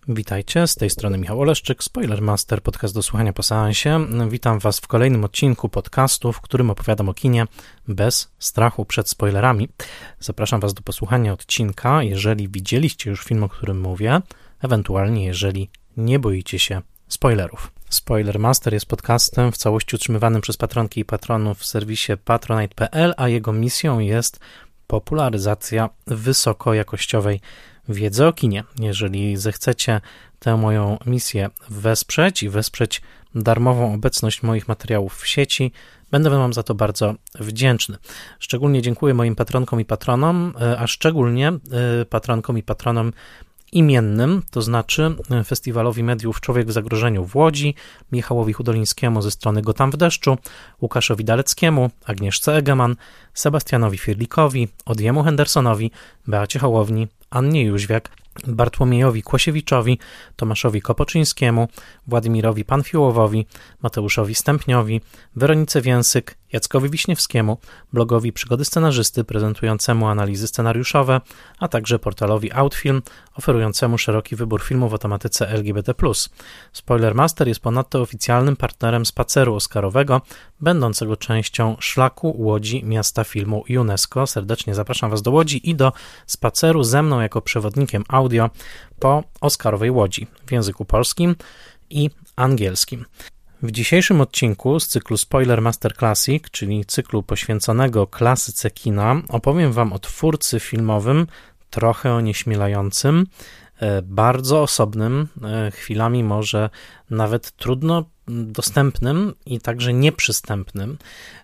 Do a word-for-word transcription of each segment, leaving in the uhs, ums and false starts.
Witajcie, z tej strony Michał Oleszczyk, Spoilermaster, podcast do słuchania po seansie. Witam Was w kolejnym odcinku podcastu, w którym opowiadam o kinie bez strachu przed spoilerami. Zapraszam Was do posłuchania odcinka, jeżeli widzieliście już film, o którym mówię, ewentualnie jeżeli nie boicie się spoilerów. Spoilermaster jest podcastem w całości utrzymywanym przez patronki i patronów w serwisie patronite kropka p l, a jego misją jest popularyzacja wysokojakościowej wiedzy o kinie. Jeżeli zechcecie tę moją misję wesprzeć i wesprzeć darmową obecność moich materiałów w sieci, będę Wam za to bardzo wdzięczny. Szczególnie dziękuję moim patronkom i patronom, a szczególnie patronkom i patronom imiennym, to znaczy Festiwalowi Mediów Człowiek w Zagrożeniu w Łodzi, Michałowi Hudolińskiemu ze strony Gotham w deszczu, Łukaszowi Daleckiemu, Agnieszce Egeman, Sebastianowi Firlikowi, Odiemu Hendersonowi, Beacie Hołowni, Annie Jóźwiak, Bartłomiejowi Kłosiewiczowi, Tomaszowi Kopoczyńskiemu, Władimirowi Panfiłowowi, Mateuszowi Stępniowi, Weronice Więsyk, Jackowi Wiśniewskiemu, blogowi Przygody Scenarzysty prezentującemu analizy scenariuszowe, a także portalowi Outfilm oferującemu szeroki wybór filmów w tematyce L G B T plus. Spoilermaster jest ponadto oficjalnym partnerem spaceru oscarowego, będącego częścią Szlaku Łodzi Miasta Filmu UNESCO. Serdecznie zapraszam Was do Łodzi i do spaceru ze mną jako przewodnikiem audio po oscarowej Łodzi w języku polskim i angielskim. W dzisiejszym odcinku z cyklu Spoilermaster Classic, czyli cyklu poświęconego klasyce kina, opowiem Wam o twórcy filmowym trochę onieśmielającym, bardzo osobnym, chwilami może nawet trudno dostępnym i także nieprzystępnym.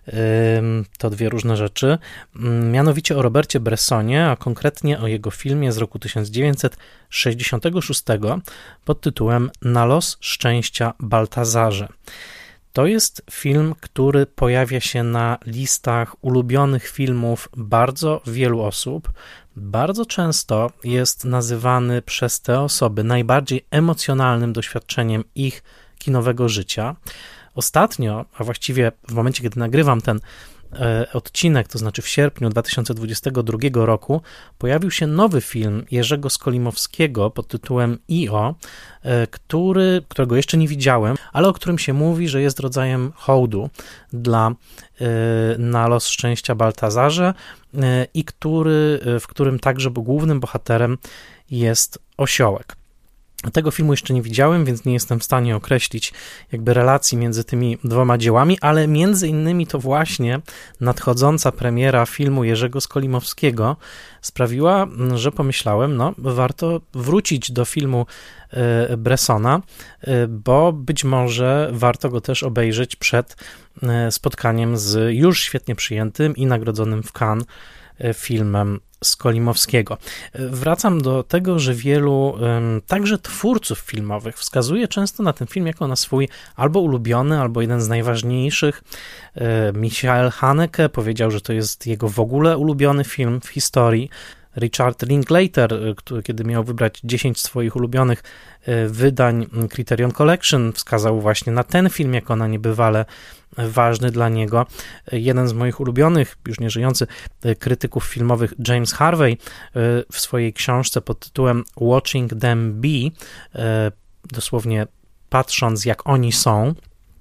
To dwie różne rzeczy. Mianowicie o Robercie Bressonie, a konkretnie o jego filmie z roku tysiąc dziewięćset sześćdziesiątego szóstego pod tytułem Na los szczęścia Baltazarze. To jest film, który pojawia się na listach ulubionych filmów bardzo wielu osób. Bardzo często jest nazywany przez te osoby najbardziej emocjonalnym doświadczeniem ich kinowego życia. Ostatnio, a właściwie w momencie, kiedy nagrywam ten e, odcinek, to znaczy w sierpniu dwa tysiące dwudziestego drugiego roku, pojawił się nowy film Jerzego Skolimowskiego pod tytułem I O, e, który, którego jeszcze nie widziałem, ale o którym się mówi, że jest rodzajem hołdu dla e, Na los szczęścia Baltazarze e, i który, w którym także głównym bohaterem jest osiołek. Tego filmu jeszcze nie widziałem, więc nie jestem w stanie określić jakby relacji między tymi dwoma dziełami, ale między innymi to właśnie nadchodząca premiera filmu Jerzego Skolimowskiego sprawiła, że pomyślałem, no warto wrócić do filmu Bressona, bo być może warto go też obejrzeć przed spotkaniem z już świetnie przyjętym i nagrodzonym w Cannes filmem Skolimowskiego. Wracam do tego, że wielu także twórców filmowych wskazuje często na ten film jako na swój albo ulubiony, albo jeden z najważniejszych. Michael Haneke powiedział, że to jest jego w ogóle ulubiony film w historii. Richard Linklater, który, kiedy miał wybrać dziesięć swoich ulubionych wydań Criterion Collection, wskazał właśnie na ten film jako na niebywale ważny dla niego. Jeden z moich ulubionych, już nie żyjący krytyków filmowych, James Harvey, w swojej książce pod tytułem Watching Them Be, dosłownie patrząc jak oni są,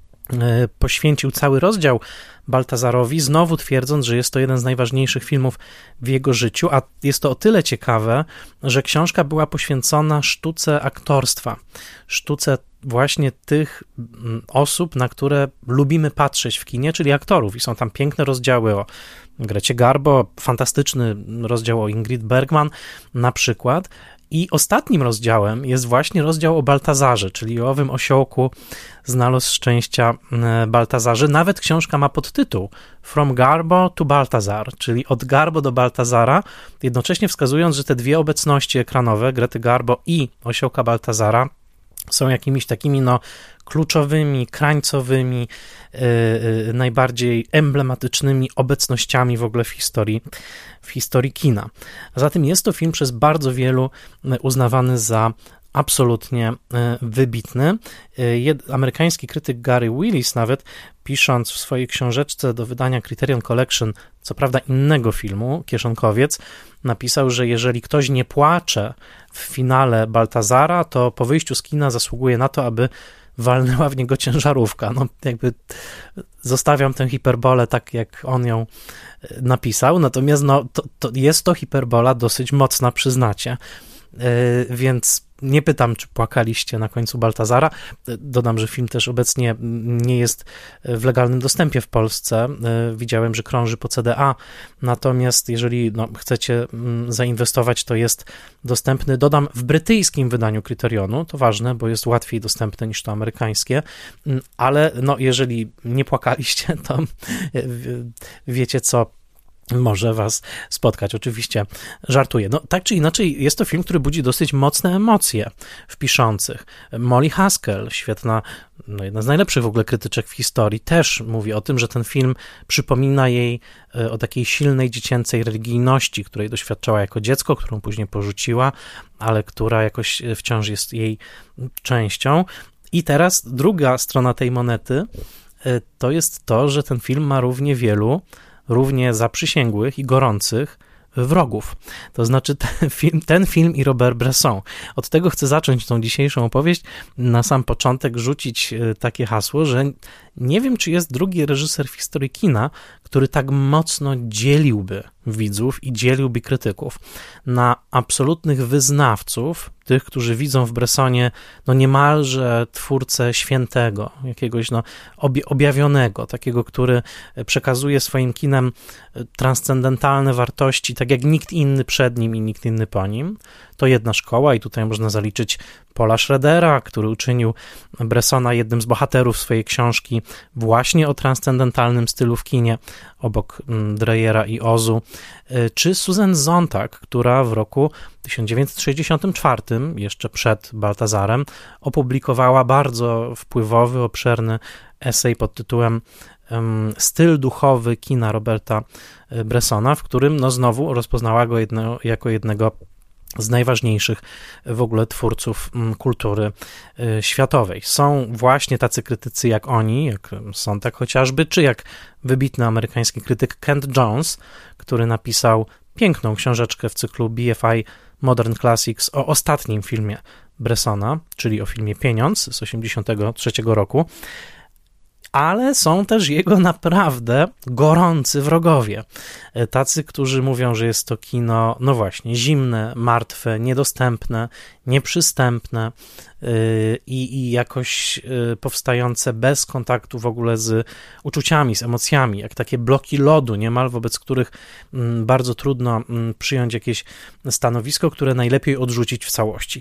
poświęcił cały rozdział Baltazarowi, znowu twierdząc, że jest to jeden z najważniejszych filmów w jego życiu, a jest to o tyle ciekawe, że książka była poświęcona sztuce aktorstwa, sztuce właśnie tych osób, na które lubimy patrzeć w kinie, czyli aktorów, i są tam piękne rozdziały o Grecie Garbo, fantastyczny rozdział o Ingrid Bergman na przykład. I ostatnim rozdziałem jest właśnie rozdział o Baltazarze, czyli o owym osiołku z Na los szczęścia Baltazarze. Nawet książka ma podtytuł From Garbo to Baltazar, czyli od Garbo do Baltazara, jednocześnie wskazując, że te dwie obecności ekranowe, Grety Garbo i osiołka Baltazara, są jakimiś takimi no kluczowymi, krańcowymi, yy, najbardziej emblematycznymi obecnościami w ogóle w historii, w historii kina. A zatem jest to film przez bardzo wielu uznawany za absolutnie wybitny. Amerykański krytyk Gary Willis nawet, pisząc w swojej książeczce do wydania Criterion Collection, co prawda innego filmu, Kieszonkowiec, napisał, że jeżeli ktoś nie płacze w finale Baltazara, to po wyjściu z kina zasługuje na to, aby walnęła w niego ciężarówka. No jakby zostawiam tę hiperbolę tak, jak on ją napisał, natomiast no, to, to jest to hiperbola dosyć mocna, przyznacie. Yy, więc nie pytam, czy płakaliście na końcu Baltazara. Dodam, że film też obecnie nie jest w legalnym dostępie w Polsce. Widziałem, że krąży po C D A, natomiast jeżeli no, chcecie zainwestować, to jest dostępny, dodam, w brytyjskim wydaniu Criterionu. To ważne, bo jest łatwiej dostępne niż to amerykańskie, ale no, jeżeli nie płakaliście, to wiecie, co może was spotkać. Oczywiście żartuję. No, tak czy inaczej, jest to film, który budzi dosyć mocne emocje w piszących. Molly Haskell, świetna, no jedna z najlepszych w ogóle krytyczek w historii, też mówi o tym, że ten film przypomina jej o takiej silnej dziecięcej religijności, której doświadczała jako dziecko, którą później porzuciła, ale która jakoś wciąż jest jej częścią. I teraz druga strona tej monety to jest to, że ten film ma równie wielu równie zaprzysięgłych i gorących wrogów. To znaczy ten film, ten film i Robert Bresson. Od tego chcę zacząć tą dzisiejszą opowieść. Na sam początek rzucić takie hasło, że nie wiem, czy jest drugi reżyser w historii kina, który tak mocno dzieliłby widzów i dzieliłby krytyków na absolutnych wyznawców, tych, którzy widzą w Bressonie no niemalże twórcę świętego, jakiegoś no objawionego, takiego, który przekazuje swoim kinem transcendentalne wartości, tak jak nikt inny przed nim i nikt inny po nim. To jedna szkoła i tutaj można zaliczyć Paula Schroedera, który uczynił Bressona jednym z bohaterów swojej książki właśnie o transcendentalnym stylu w kinie, obok Dreyera i Ozu, czy Susan Sontag, która w roku tysiąc dziewięćset sześćdziesiątym czwartym, jeszcze przed Baltazarem, opublikowała bardzo wpływowy, obszerny esej pod tytułem Styl duchowy kina Roberta Bressona, w którym no znowu rozpoznała go jedno, jako jednego z najważniejszych w ogóle twórców kultury światowej. Są właśnie tacy krytycy jak oni, jak Sontag chociażby, czy jak wybitny amerykański krytyk Kent Jones, który napisał piękną książeczkę w cyklu B F I Modern Classics o ostatnim filmie Bressona, czyli o filmie Pieniądz z osiemdziesiątego trzeciego roku. Ale są też jego naprawdę gorący wrogowie. Tacy, którzy mówią, że jest to kino, no właśnie, zimne, martwe, niedostępne, nieprzystępne i, i jakoś powstające bez kontaktu w ogóle z uczuciami, z emocjami, jak takie bloki lodu niemal, wobec których bardzo trudno przyjąć jakieś stanowisko, które najlepiej odrzucić w całości.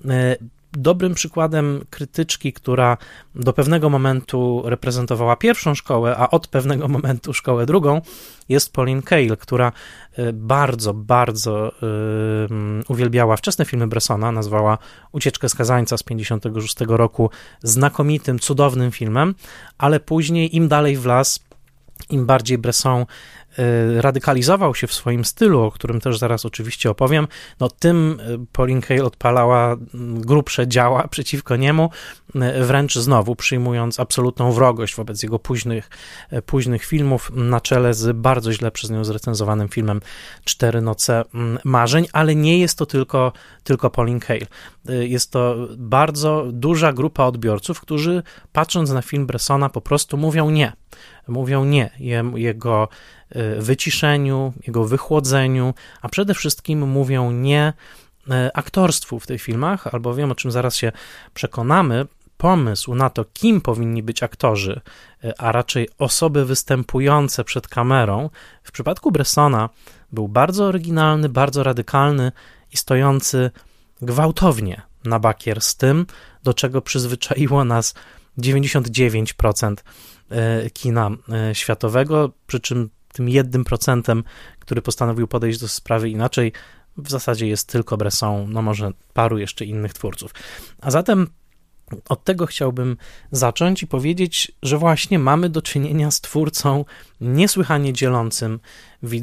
Dobrym przykładem krytyczki, która do pewnego momentu reprezentowała pierwszą szkołę, a od pewnego momentu szkołę drugą, jest Pauline Kael, która bardzo, bardzo yy, uwielbiała wczesne filmy Bressona, nazwała Ucieczkę skazańca z pięćdziesiątego szóstego roku znakomitym, cudownym filmem, ale później im dalej w las, im bardziej Bresson radykalizował się w swoim stylu, o którym też zaraz oczywiście opowiem, no tym Pauline Kael odpalała grubsze działa przeciwko niemu, wręcz znowu przyjmując absolutną wrogość wobec jego późnych, późnych filmów, na czele z bardzo źle przez nią zrecenzowanym filmem Cztery noce marzeń, ale nie jest to tylko, tylko Pauline Kael. Jest to bardzo duża grupa odbiorców, którzy patrząc na film Bressona po prostu mówią nie. Mówią nie jego wyciszeniu, jego wychłodzeniu, a przede wszystkim mówią nie aktorstwu w tych filmach, albowiem, o czym zaraz się przekonamy, pomysł na to, kim powinni być aktorzy, a raczej osoby występujące przed kamerą, w przypadku Bressona był bardzo oryginalny, bardzo radykalny i stojący gwałtownie na bakier z tym, do czego przyzwyczaiło nas dziewięćdziesiąt dziewięć procent kina światowego, przy czym tym jednym procentem, który postanowił podejść do sprawy inaczej, w zasadzie jest tylko Bresson, no może paru jeszcze innych twórców. A zatem od tego chciałbym zacząć i powiedzieć, że właśnie mamy do czynienia z twórcą niesłychanie dzielącym widzów,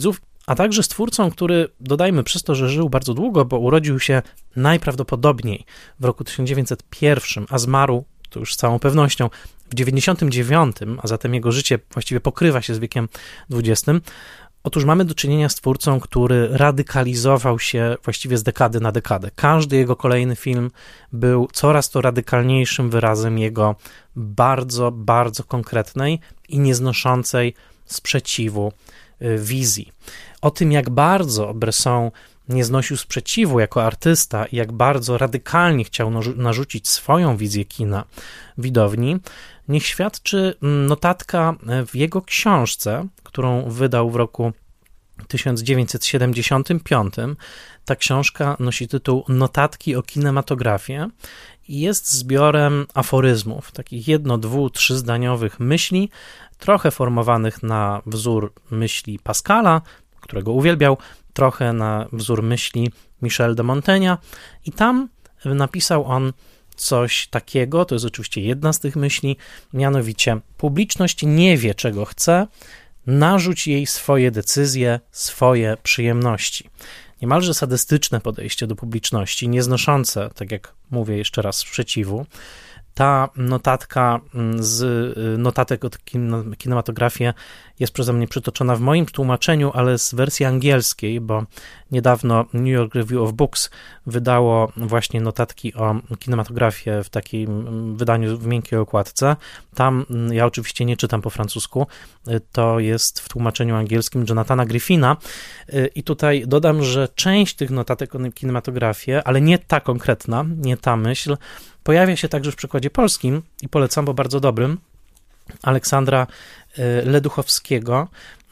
a także z twórcą, który, dodajmy przez to, że żył bardzo długo, bo urodził się najprawdopodobniej w roku tysiąc dziewięćset jeden, a zmarł, to już z całą pewnością, w dziewięćdziesiątym dziewiątym, a zatem jego życie właściwie pokrywa się z wiekiem dwudziestym. Otóż mamy do czynienia z twórcą, który radykalizował się właściwie z dekady na dekadę. Każdy jego kolejny film był coraz to radykalniejszym wyrazem jego bardzo, bardzo konkretnej i nieznoszącej sprzeciwu wizji. O tym, jak bardzo Bresson nie znosił sprzeciwu jako artysta i jak bardzo radykalnie chciał narzucić swoją wizję kina widowni, niech świadczy notatka w jego książce, którą wydał w roku tysiąc dziewięćset siedemdziesiątym piątym. Ta książka nosi tytuł Notatki o kinematografię i jest zbiorem aforyzmów, takich jedno-, dwu-, trzyzdaniowych myśli, trochę formowanych na wzór myśli Pascala, którego uwielbiał, trochę na wzór myśli Michel de Montaigne'a i tam napisał on coś takiego, to jest oczywiście jedna z tych myśli, mianowicie publiczność nie wie, czego chce, narzuć jej swoje decyzje, swoje przyjemności. Niemalże sadystyczne podejście do publiczności, nieznoszące, tak jak mówię jeszcze raz, sprzeciwu. Ta notatka z notatek od kinematografię jest przeze mnie przytoczona w moim tłumaczeniu, ale z wersji angielskiej, bo niedawno New York Review of Books wydało właśnie notatki o kinematografię w takim wydaniu w miękkiej okładce. Tam ja oczywiście nie czytam po francusku, to jest w tłumaczeniu angielskim Jonathana Griffina i tutaj dodam, że część tych notatek o kinematografię, ale nie ta konkretna, nie ta myśl, pojawia się także w przykładzie polskim i polecam, bo bardzo dobrym, Aleksandra Leduchowskiego.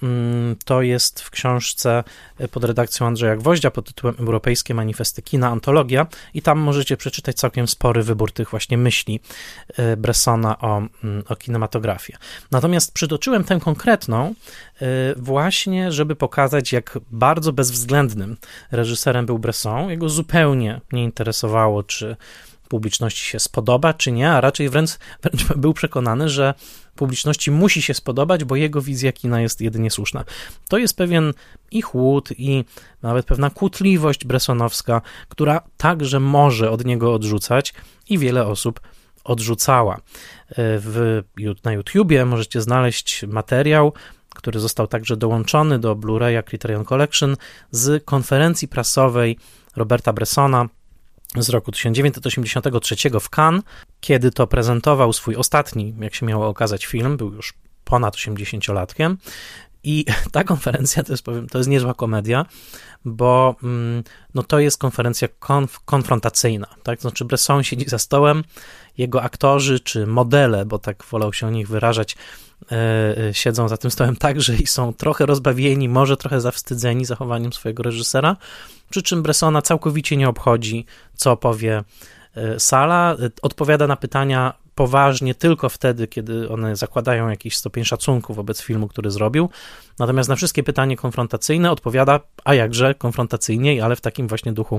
To jest w książce pod redakcją Andrzeja Gwoździa pod tytułem Europejskie manifesty kina, antologia i tam możecie przeczytać całkiem spory wybór tych właśnie myśli Bressona o, o kinematografię. Natomiast przytoczyłem tę konkretną właśnie, żeby pokazać, jak bardzo bezwzględnym reżyserem był Bresson. Jego zupełnie nie interesowało, czy publiczności się spodoba, czy nie, a raczej wręcz, wręcz był przekonany, że publiczności musi się spodobać, bo jego wizja kina jest jedynie słuszna. To jest pewien i chłód, i nawet pewna kłótliwość bressonowska, która także może od niego odrzucać i wiele osób odrzucała. W, na YouTubie możecie znaleźć materiał, który został także dołączony do Blu-raya Criterion Collection z konferencji prasowej Roberta Bressona z roku tysiąc dziewięćset osiemdziesiątego trzeciego w Cannes, kiedy to prezentował swój ostatni, jak się miało okazać, film, był już ponad osiemdziesięciolatkiem i ta konferencja to jest, powiem, to jest niezła komedia, bo no, to jest konferencja konf- konfrontacyjna, tak? Znaczy Bresson siedzi za stołem, jego aktorzy czy modele, bo tak wolał się o nich wyrażać, yy, siedzą za tym stołem także i są trochę rozbawieni, może trochę zawstydzeni zachowaniem swojego reżysera, przy czym Bressona całkowicie nie obchodzi, co powie yy, sala, yy, odpowiada na pytania poważnie tylko wtedy, kiedy one zakładają jakiś stopień szacunku wobec filmu, który zrobił, natomiast na wszystkie pytania konfrontacyjne odpowiada, a jakże konfrontacyjnie, ale w takim właśnie duchu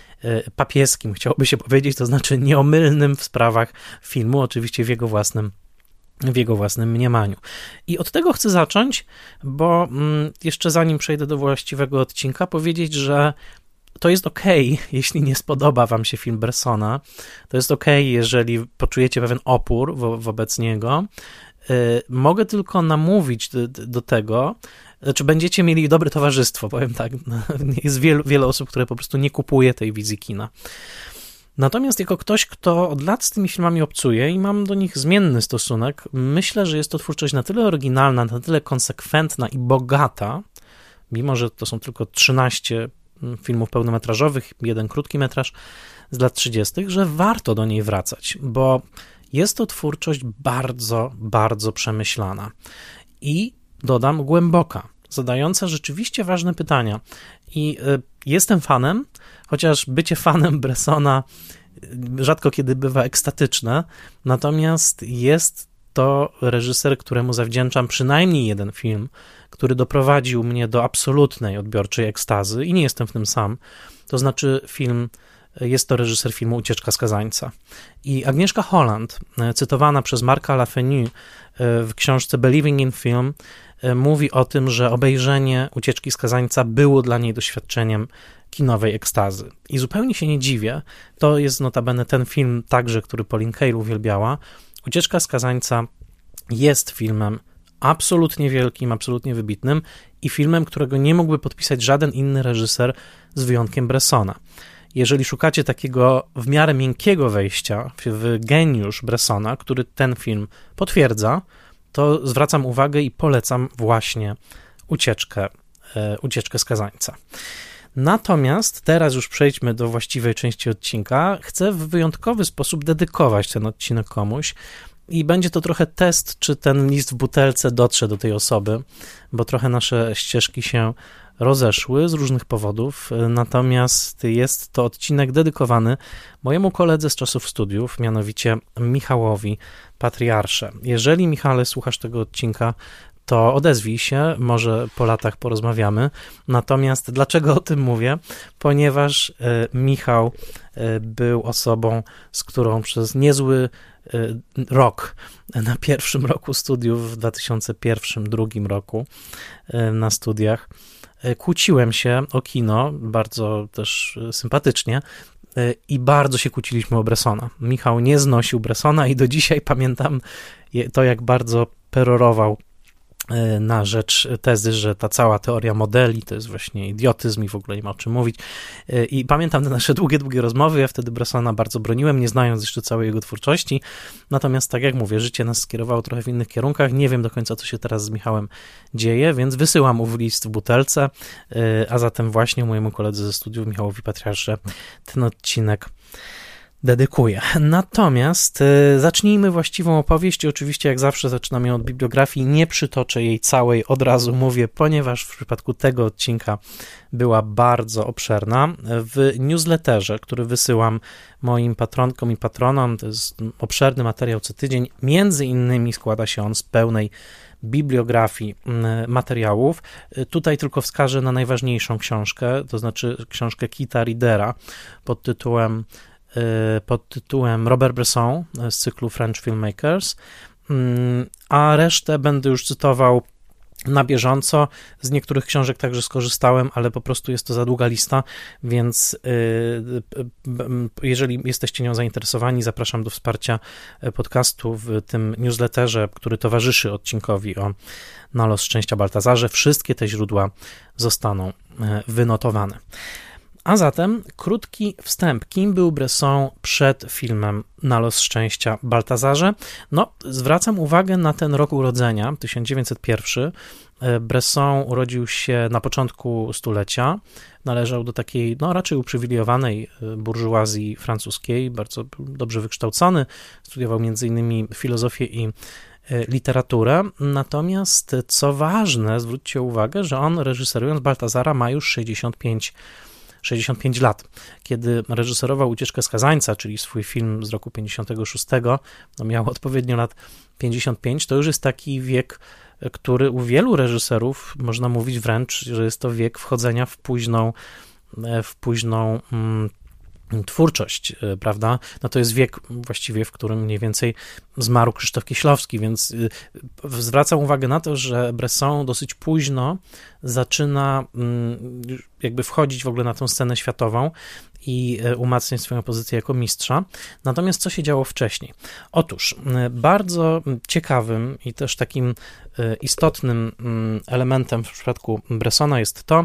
papieskim, chciałoby się powiedzieć, to znaczy nieomylnym w sprawach filmu, oczywiście w jego własnym, w jego własnym mniemaniu. I od tego chcę zacząć, bo jeszcze zanim przejdę do właściwego odcinka, powiedzieć, że to jest okej, okay, jeśli nie spodoba wam się film Bressona, to jest okej, okay, jeżeli poczujecie pewien opór wo- wobec niego. Yy, mogę tylko namówić do, do tego, czy będziecie mieli dobre towarzystwo, powiem tak. Jest wielu, wiele osób, które po prostu nie kupuje tej wizji kina. Natomiast jako ktoś, kto od lat z tymi filmami obcuje i mam do nich zmienny stosunek, myślę, że jest to twórczość na tyle oryginalna, na tyle konsekwentna i bogata, mimo że to są tylko trzynaście filmów pełnometrażowych, jeden krótki metraż z lat trzydziestych, że warto do niej wracać, bo jest to twórczość bardzo, bardzo przemyślana i dodam głęboka, zadająca rzeczywiście ważne pytania. I y, jestem fanem, chociaż bycie fanem Bressona rzadko kiedy bywa ekstatyczne, natomiast jest to reżyser, któremu zawdzięczam przynajmniej jeden film, który doprowadził mnie do absolutnej odbiorczej ekstazy i nie jestem w tym sam. To znaczy film jest to reżyser filmu Ucieczka skazańca. I Agnieszka Holland, cytowana przez Marka Lafayette w książce Believing in Film, mówi o tym, że obejrzenie Ucieczki skazańca było dla niej doświadczeniem kinowej ekstazy. I zupełnie się nie dziwię, to jest notabene ten film także, który Pauline Kael uwielbiała. Ucieczka skazańca jest filmem absolutnie wielkim, absolutnie wybitnym i filmem, którego nie mógłby podpisać żaden inny reżyser z wyjątkiem Bressona. Jeżeli szukacie takiego w miarę miękkiego wejścia w geniusz Bressona, który ten film potwierdza, to zwracam uwagę i polecam właśnie Ucieczkę, e, Ucieczkę skazańca. Natomiast teraz już przejdźmy do właściwej części odcinka. Chcę w wyjątkowy sposób dedykować ten odcinek komuś i będzie to trochę test, czy ten list w butelce dotrze do tej osoby, bo trochę nasze ścieżki się rozeszły z różnych powodów, natomiast jest to odcinek dedykowany mojemu koledze z czasów studiów, mianowicie Michałowi Patriarsze. Jeżeli, Michale, słuchasz tego odcinka, to odezwij się, może po latach porozmawiamy. Natomiast dlaczego o tym mówię? Ponieważ Michał był osobą, z którą przez niezły rok, na pierwszym roku studiów, w dwa tysiące pierwszym, drugim roku na studiach, kłóciłem się o kino, bardzo też sympatycznie, i bardzo się kłóciliśmy o Bressona. Michał nie znosił Bressona i do dzisiaj pamiętam to, jak bardzo perorował na rzecz tezy, że ta cała teoria modeli to jest właśnie idiotyzm i w ogóle nie ma o czym mówić. I pamiętam te nasze długie, długie rozmowy. Ja wtedy Bressona bardzo broniłem, nie znając jeszcze całej jego twórczości. Natomiast tak jak mówię, życie nas skierowało trochę w innych kierunkach. Nie wiem do końca, co się teraz z Michałem dzieje, więc wysyłam ów list w butelce, a zatem właśnie mojemu koledze ze studiów, Michałowi Patriarsze, ten odcinek dedykuję. Natomiast y, zacznijmy właściwą opowieść i oczywiście jak zawsze zaczynam ją od bibliografii. Nie przytoczę jej całej, od razu mówię, ponieważ w przypadku tego odcinka była bardzo obszerna. W newsletterze, który wysyłam moim patronkom i patronom, to jest obszerny materiał co tydzień, między innymi składa się on z pełnej bibliografii materiałów. Tutaj tylko wskażę na najważniejszą książkę, to znaczy książkę Kita Readera pod tytułem pod tytułem Robert Bresson z cyklu French Filmmakers, a resztę będę już cytował na bieżąco. Z niektórych książek także skorzystałem, ale po prostu jest to za długa lista, więc jeżeli jesteście nią zainteresowani, zapraszam do wsparcia podcastu w tym newsletterze, który towarzyszy odcinkowi o Na los szczęścia Baltazarze. Wszystkie te źródła zostaną wynotowane. A zatem krótki wstęp. Kim był Bresson przed filmem Na los szczęścia Baltazarze? No, zwracam uwagę na ten rok urodzenia, tysiąc dziewięćset jeden. Bresson urodził się na początku stulecia. Należał do takiej, no raczej uprzywilejowanej burżuazji francuskiej, bardzo dobrze wykształcony. Studiował między innymi filozofię i literaturę. Natomiast, co ważne, zwróćcie uwagę, że on reżyserując Baltazara ma już sześćdziesiąt pięć sześćdziesiąt pięć lat. Kiedy reżyserował Ucieczkę skazańca, czyli swój film z roku pięćdziesiątego szóstego, no miał odpowiednio lat pięćdziesiąt pięć, to już jest taki wiek, który u wielu reżyserów, można mówić wręcz, że jest to wiek wchodzenia w późną, w późną mm, twórczość, prawda? No to jest wiek właściwie, w którym mniej więcej zmarł Krzysztof Kieślowski, więc zwracam uwagę na to, że Bresson dosyć późno zaczyna jakby wchodzić w ogóle na tę scenę światową i umacniać swoją pozycję jako mistrza. Natomiast co się działo wcześniej? Otóż bardzo ciekawym i też takim istotnym elementem w przypadku Bressona jest to,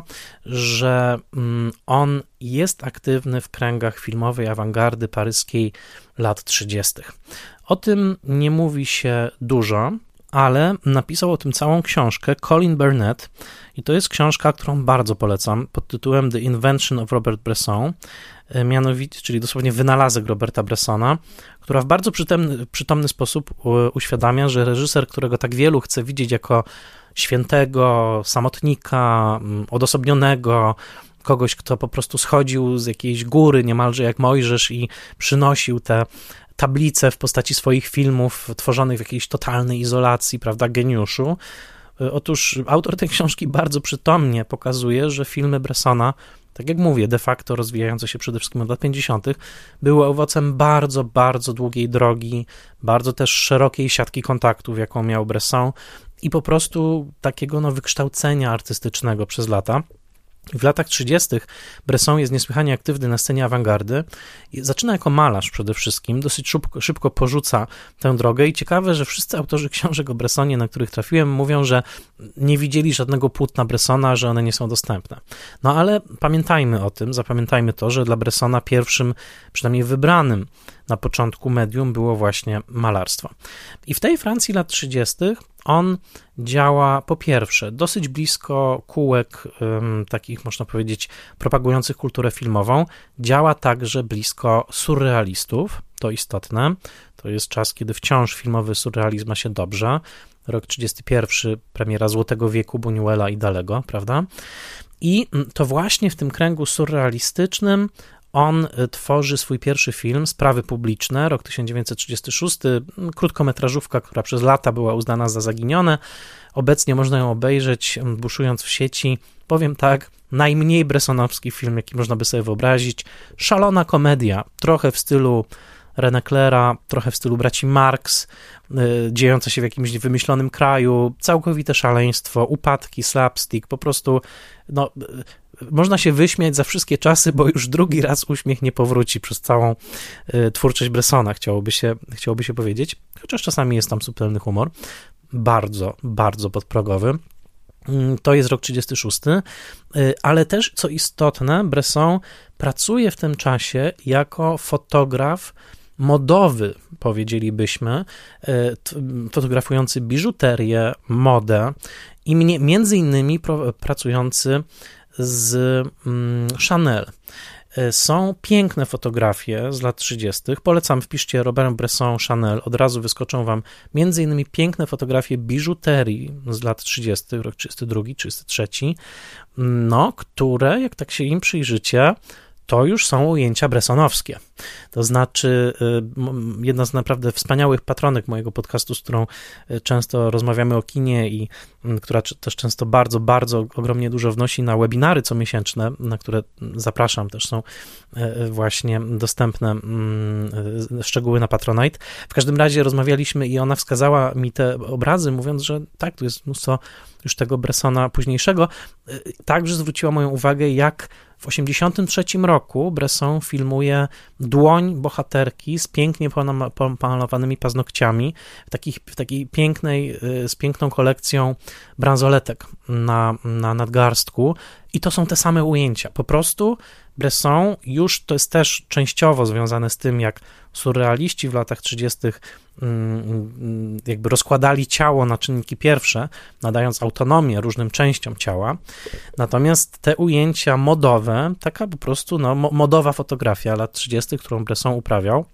że on jest aktywny w kręgach filmowej awangardy paryskiej lat trzydziestych. O tym nie mówi się dużo, ale napisał o tym całą książkę Colin Burnett i to jest książka, którą bardzo polecam, pod tytułem The Invention of Robert Bresson, mianowicie, czyli dosłownie wynalazek Roberta Bressona, która w bardzo przytomny, przytomny sposób uświadamia, że reżyser, którego tak wielu chce widzieć jako świętego, samotnika, odosobnionego, kogoś, kto po prostu schodził z jakiejś góry, niemalże jak Mojżesz i przynosił te tablice w postaci swoich filmów tworzonych w jakiejś totalnej izolacji, prawda, geniuszu, Otóż autor tej książki bardzo przytomnie pokazuje, że filmy Bressona, tak jak mówię, de facto rozwijające się przede wszystkim od lat pięćdziesiątych, były owocem bardzo, bardzo długiej drogi, bardzo też szerokiej siatki kontaktów, jaką miał Bresson i po prostu takiego no, wykształcenia artystycznego przez lata. W latach trzydziestych Bresson jest niesłychanie aktywny na scenie awangardy. Zaczyna jako malarz przede wszystkim, dosyć szybko, szybko porzuca tę drogę i ciekawe, że wszyscy autorzy książek o Bressonie, na których trafiłem, mówią, że nie widzieli żadnego płótna Bressona, że one nie są dostępne. No ale pamiętajmy o tym, zapamiętajmy to, że dla Bressona pierwszym, przynajmniej wybranym na początku medium było właśnie malarstwo. I w tej Francji lat trzydziestych on działa po pierwsze dosyć blisko kółek um, takich, można powiedzieć, propagujących kulturę filmową, działa także blisko surrealistów, to istotne, to jest czas, kiedy wciąż filmowy surrealizm ma się dobrze, rok trzydziesty pierwszy, premiera Złotego wieku Buñuela i Dalego, prawda? I to właśnie w tym kręgu surrealistycznym on tworzy swój pierwszy film, Sprawy publiczne, rok tysiąc dziewięćset trzydziesty szósty, krótkometrażówka, która przez lata była uznana za zaginione. Obecnie można ją obejrzeć, buszując w sieci. Powiem tak, najmniej bressonowski film, jaki można by sobie wyobrazić. Szalona komedia, trochę w stylu René Claira, trochę w stylu braci Marx, yy, dziejąca się w jakimś wymyślonym kraju, całkowite szaleństwo, upadki, slapstick, po prostu no... Można się wyśmiać za wszystkie czasy, bo już drugi raz uśmiech nie powróci przez całą y, twórczość Bressona, chciałoby się, chciałoby się powiedzieć, chociaż czasami jest tam subtelny humor, bardzo, bardzo podprogowy. Y, to jest rok trzydziesty szósty, y, ale też, co istotne, Bresson pracuje w tym czasie jako fotograf modowy, powiedzielibyśmy, y, t, fotografujący biżuterię, modę i mnie, między innymi pro, pracujący z Chanel. Są piękne fotografie z lat trzydziestych. Polecam, wpiszcie Robert Bresson Chanel, od razu wyskoczą wam między innymi piękne fotografie biżuterii z lat trzydziestych, rok trzydziesty drugi, trzydziesty trzeci, no, które, jak tak się im przyjrzycie, to już są ujęcia bressonowskie. To znaczy jedna z naprawdę wspaniałych patronek mojego podcastu, z którą często rozmawiamy o kinie i która też często bardzo, bardzo ogromnie dużo wnosi na webinary comiesięczne, na które zapraszam, też są właśnie dostępne szczegóły na Patronite. W każdym razie rozmawialiśmy i ona wskazała mi te obrazy, mówiąc, że tak, tu jest mnóstwo już tego Bressona późniejszego. Także zwróciła moją uwagę, jak w osiemdziesiątym trzecim roku Bresson filmuje dłoń bohaterki z pięknie pomalowanymi paznokciami, w, takich, w takiej pięknej, z piękną kolekcją bransoletek na, na nadgarstku i to są te same ujęcia. Po prostu Bresson już, to jest też częściowo związane z tym, jak surrealiści w latach trzydziestych jakby rozkładali ciało na czynniki pierwsze, nadając autonomię różnym częściom ciała. Natomiast te ujęcia modowe, taka po prostu no, modowa fotografia lat trzydziestych, którą Bresson uprawiał,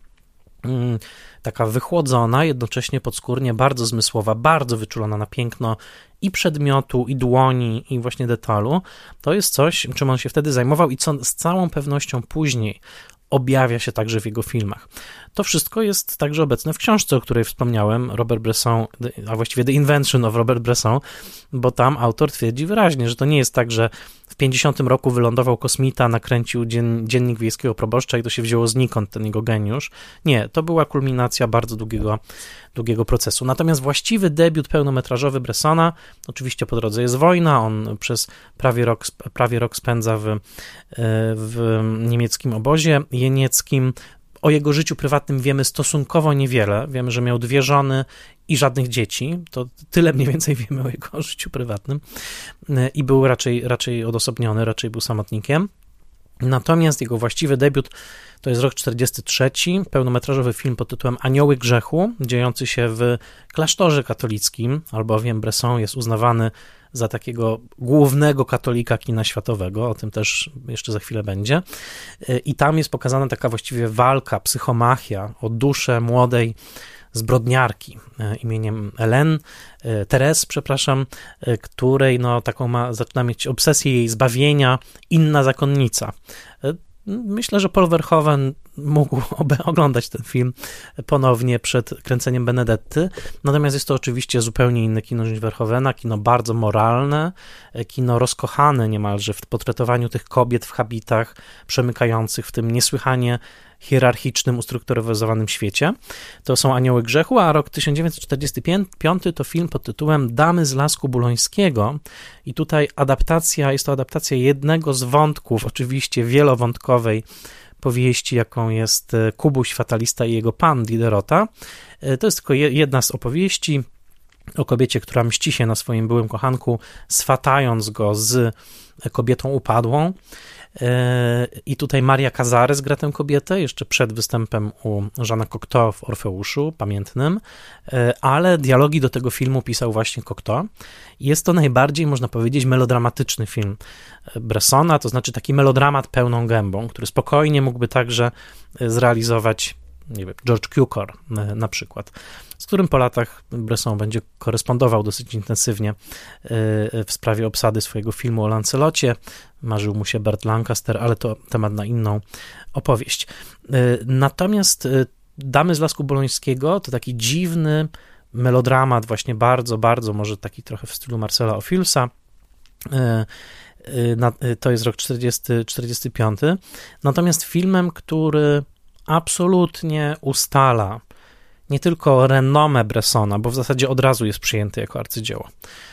taka wychłodzona, jednocześnie podskórnie, bardzo zmysłowa, bardzo wyczulona na piękno i przedmiotu, i dłoni, i właśnie detalu, to jest coś, czym on się wtedy zajmował i co z całą pewnością później objawia się także w jego filmach. To wszystko jest także obecne w książce, o której wspomniałem, Robert Bresson, a właściwie The Invention of Robert Bresson, bo tam autor twierdzi wyraźnie, że to nie jest tak, że w pięćdziesiątym roku wylądował kosmita, nakręcił dzien, dziennik wiejskiego proboszcza i to się wzięło znikąd, ten jego geniusz. Nie, to była kulminacja bardzo długiego, długiego procesu. Natomiast właściwy debiut pełnometrażowy Bressona, oczywiście po drodze jest wojna, on przez prawie rok, prawie rok spędza w, w niemieckim obozie jenieckim. O jego życiu prywatnym wiemy stosunkowo niewiele. Wiemy, że miał dwie żony i żadnych dzieci. To tyle mniej więcej wiemy o jego życiu prywatnym. I był raczej, raczej odosobniony, raczej był samotnikiem. Natomiast jego właściwy debiut to jest rok czterdziesty trzeci, pełnometrażowy film pod tytułem Anioły grzechu, dziejący się w klasztorze katolickim, albowiem Bresson jest uznawany za takiego głównego katolika kina światowego, o tym też jeszcze za chwilę będzie. I tam jest pokazana taka właściwie walka, psychomachia o duszę młodej zbrodniarki imieniem Hélène, Thérèse, przepraszam, której no, taką ma, zaczyna mieć obsesję jej zbawienia inna zakonnica. Myślę, że Paul Verhoeven mógł oglądać ten film ponownie przed kręceniem Benedetty. Natomiast jest to oczywiście zupełnie inne kino niż Verhoevena, kino bardzo moralne, kino rozkochane niemalże w portretowaniu tych kobiet w habitach przemykających w tym niesłychanie hierarchicznym, ustrukturyzowanym świecie. To są Anioły Grzechu, a rok tysiąc dziewięćset czterdziesty piąty to film pod tytułem Damy z Lasku Bulońskiego i tutaj adaptacja, jest to adaptacja jednego z wątków, oczywiście wielowątkowej powieści, jaką jest Kubuś Fatalista i jego pan Diderota. To jest tylko jedna z opowieści o kobiecie, która mści się na swoim byłym kochanku, swatając go z kobietą upadłą. I tutaj Maria Cazares gra tę kobietę, jeszcze przed występem u Jeana Cocteau w Orfeuszu, pamiętnym, ale dialogi do tego filmu pisał właśnie Cocteau. Jest to najbardziej, można powiedzieć, melodramatyczny film Bressona, to znaczy taki melodramat pełną gębą, który spokojnie mógłby także zrealizować, nie wiem, George Cukor na przykład, z którym po latach Bresson będzie korespondował dosyć intensywnie w sprawie obsady swojego filmu o Lancelocie. Marzył mu się Burt Lancaster, ale to temat na inną opowieść. Natomiast Damy z Lasku Bulońskiego to taki dziwny melodramat, właśnie bardzo, bardzo, może taki trochę w stylu Marcela Ophilsa. To jest rok czterdziesty, czterdziesty piąty. Natomiast filmem, który absolutnie ustala nie tylko renomę Bressona, bo w zasadzie od razu jest przyjęty jako arcydzieło,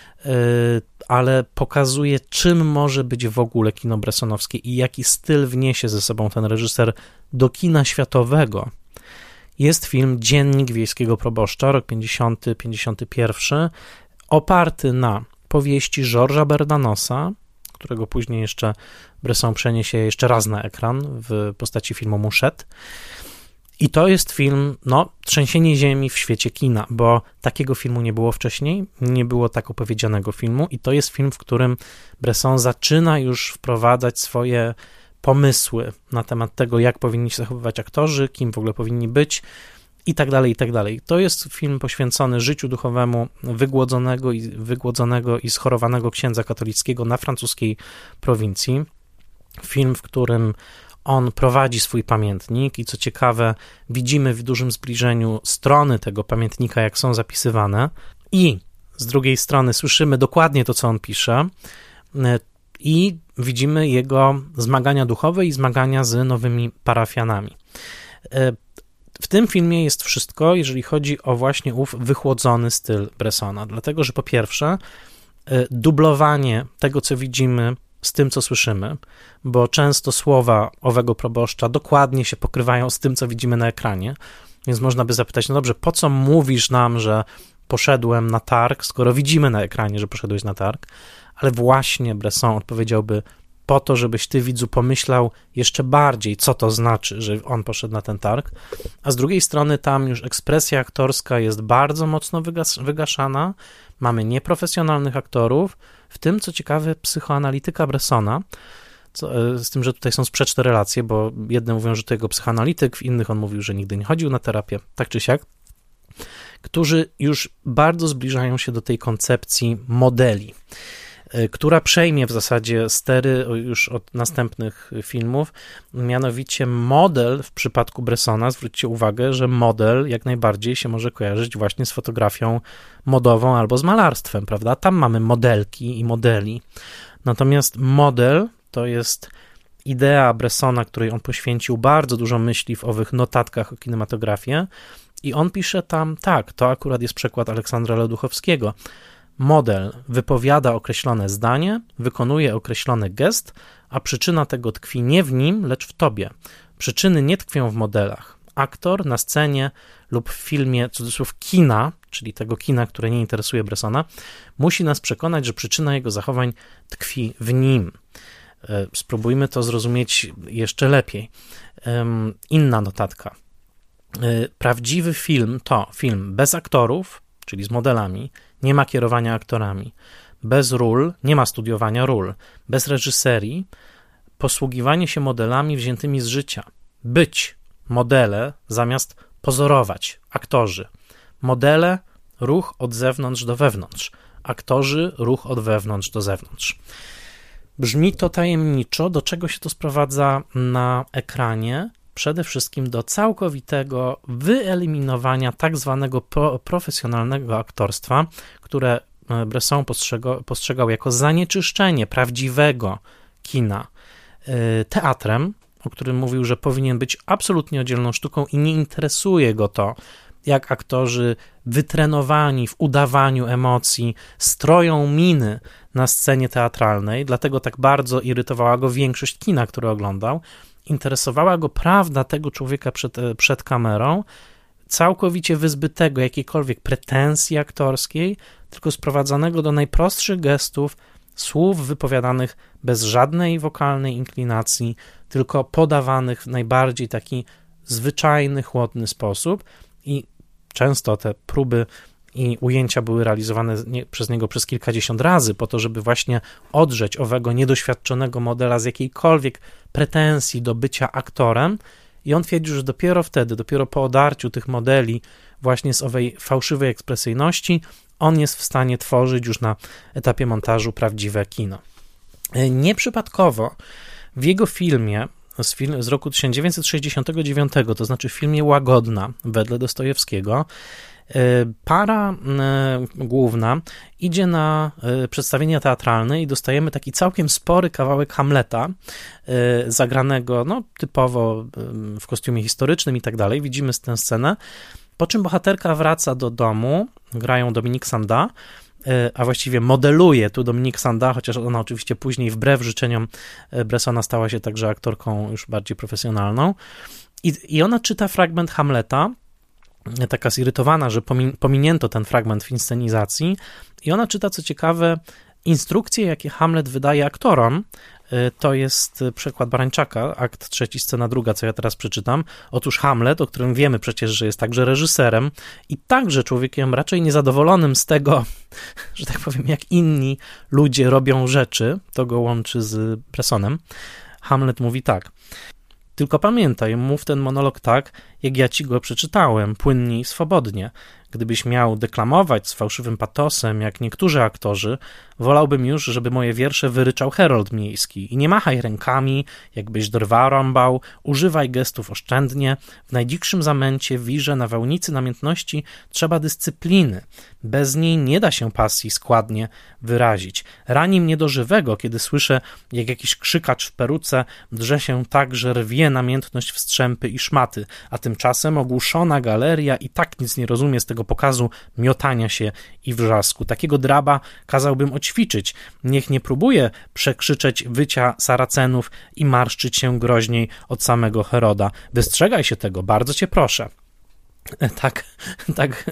ale pokazuje, czym może być w ogóle kino bressonowskie i jaki styl wniesie ze sobą ten reżyser do kina światowego. Jest film Dziennik Wiejskiego Proboszcza, rok pięćdziesiąty pięćdziesiąty pierwszy, oparty na powieści Georgesa Berdanosa, którego później jeszcze Bresson przeniesie jeszcze raz na ekran w postaci filmu Muszet. I to jest film, no, trzęsienie ziemi w świecie kina, bo takiego filmu nie było wcześniej, nie było tak opowiedzianego filmu i to jest film, w którym Bresson zaczyna już wprowadzać swoje pomysły na temat tego, jak powinni się zachowywać aktorzy, kim w ogóle powinni być i tak dalej, i tak dalej. To jest film poświęcony życiu duchowemu wygłodzonego i, wygłodzonego i schorowanego księdza katolickiego na francuskiej prowincji. Film, w którym on prowadzi swój pamiętnik i co ciekawe, widzimy w dużym zbliżeniu strony tego pamiętnika, jak są zapisywane i z drugiej strony słyszymy dokładnie to, co on pisze i widzimy jego zmagania duchowe i zmagania z nowymi parafianami. W tym filmie jest wszystko, jeżeli chodzi o właśnie ów wychłodzony styl Bressona, dlatego, że po pierwsze dublowanie tego, co widzimy z tym, co słyszymy, bo często słowa owego proboszcza dokładnie się pokrywają z tym, co widzimy na ekranie, więc można by zapytać, no dobrze, po co mówisz nam, że poszedłem na targ, skoro widzimy na ekranie, że poszedłeś na targ, ale właśnie Bresson odpowiedziałby, po to, żebyś ty, widzu, pomyślał jeszcze bardziej, co to znaczy, że on poszedł na ten targ, a z drugiej strony tam już ekspresja aktorska jest bardzo mocno wygas- wygaszana, mamy nieprofesjonalnych aktorów, w tym, co ciekawe, psychoanalityka Bressona, co, z tym, że tutaj są sprzeczne relacje, bo jedne mówią, że to jego psychoanalityk, w innych on mówił, że nigdy nie chodził na terapię, tak czy siak, którzy już bardzo zbliżają się do tej koncepcji modeli, która przejmie w zasadzie stery już od następnych filmów, mianowicie model w przypadku Bressona, zwróćcie uwagę, że model jak najbardziej się może kojarzyć właśnie z fotografią modową albo z malarstwem, prawda? Tam mamy modelki i modeli, natomiast model to jest idea Bressona, której on poświęcił bardzo dużo myśli w owych notatkach o kinematografię i on pisze tam, tak, to akurat jest przekład Aleksandra Leduchowskiego, model wypowiada określone zdanie, wykonuje określony gest, a przyczyna tego tkwi nie w nim, lecz w tobie. Przyczyny nie tkwią w modelach. Aktor na scenie lub w filmie, cudzysłów kina, czyli tego kina, które nie interesuje Bressona, musi nas przekonać, że przyczyna jego zachowań tkwi w nim. Spróbujmy to zrozumieć jeszcze lepiej. Inna notatka. Prawdziwy film to film bez aktorów, czyli z modelami, nie ma kierowania aktorami, bez ról, nie ma studiowania ról, bez reżyserii, posługiwanie się modelami wziętymi z życia, być modele zamiast pozorować, aktorzy, modele, ruch od zewnątrz do wewnątrz, aktorzy, ruch od wewnątrz do zewnątrz. Brzmi to tajemniczo, do czego się to sprowadza na ekranie, przede wszystkim do całkowitego wyeliminowania tak zwanego pro, profesjonalnego aktorstwa, które Bresson postrzegał, postrzegał jako zanieczyszczenie prawdziwego kina teatrem, o którym mówił, że powinien być absolutnie oddzielną sztuką i nie interesuje go to, jak aktorzy wytrenowani w udawaniu emocji stroją miny na scenie teatralnej, dlatego tak bardzo irytowała go większość kina, które oglądał. Interesowała go prawda tego człowieka przed, przed kamerą, całkowicie wyzbytego jakiejkolwiek pretensji aktorskiej, tylko sprowadzonego do najprostszych gestów, słów wypowiadanych bez żadnej wokalnej inklinacji, tylko podawanych w najbardziej taki zwyczajny, chłodny sposób i często te próby i ujęcia były realizowane nie, przez niego przez kilkadziesiąt razy po to, żeby właśnie odrzeć owego niedoświadczonego modela z jakiejkolwiek pretensji do bycia aktorem i on twierdził, że dopiero wtedy, dopiero po odarciu tych modeli właśnie z owej fałszywej ekspresyjności on jest w stanie tworzyć już na etapie montażu prawdziwe kino. Nieprzypadkowo w jego filmie z, film, z roku tysiąc dziewięćset sześćdziesiątego dziewiątego, to znaczy w filmie Łagodna wedle Dostojewskiego, para główna idzie na przedstawienie teatralne i dostajemy taki całkiem spory kawałek Hamleta, zagranego no, typowo w kostiumie historycznym i tak dalej. Widzimy tę scenę, po czym bohaterka wraca do domu, grają Dominique Sanda, a właściwie modeluje tu Dominique Sanda, chociaż ona oczywiście później wbrew życzeniom Bressona stała się także aktorką już bardziej profesjonalną. I, i ona czyta fragment Hamleta, taka zirytowana, że pominięto ten fragment w inscenizacji i ona czyta, co ciekawe, instrukcje, jakie Hamlet wydaje aktorom. To jest przekład Barańczaka, akt trzeci, scena druga, co ja teraz przeczytam. Otóż Hamlet, o którym wiemy przecież, że jest także reżyserem i także człowiekiem raczej niezadowolonym z tego, że tak powiem, jak inni ludzie robią rzeczy, to go łączy z Bressonem. Hamlet mówi tak: tylko pamiętaj, mów ten monolog tak, jak ja ci go przeczytałem, płynnie i swobodnie. Gdybyś miał deklamować z fałszywym patosem, jak niektórzy aktorzy, wolałbym już, żeby moje wiersze wyryczał herold miejski. I nie machaj rękami, jakbyś drwa rąbał, używaj gestów oszczędnie. W najdzikszym zamęcie, wirze, nawałnicy namiętności trzeba dyscypliny. Bez niej nie da się pasji składnie wyrazić. Rani mnie do żywego, kiedy słyszę, jak jakiś krzykacz w peruce drze się tak, że rwie namiętność w strzępy i szmaty, a tymczasem ogłuszona galeria i tak nic nie rozumie z tego pokazu miotania się i wrzasku. Takiego draba kazałbym oćwiczyć. Niech nie próbuje przekrzyczeć wycia Saracenów i marszczyć się groźniej od samego Heroda. Wystrzegaj się tego, bardzo cię proszę. Tak, tak,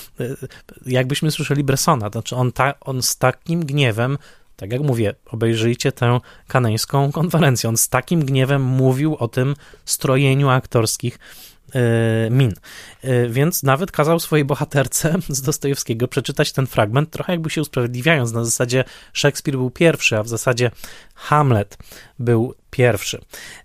jakbyśmy słyszeli Bressona, to znaczy on, ta, on z takim gniewem, tak jak mówię, obejrzyjcie tę kaneńską konferencję, on z takim gniewem mówił o tym strojeniu aktorskich min. Więc nawet kazał swojej bohaterce z Dostojewskiego przeczytać ten fragment, trochę jakby się usprawiedliwiając, na zasadzie Szekspir był pierwszy, a w zasadzie Hamlet był pierwszy.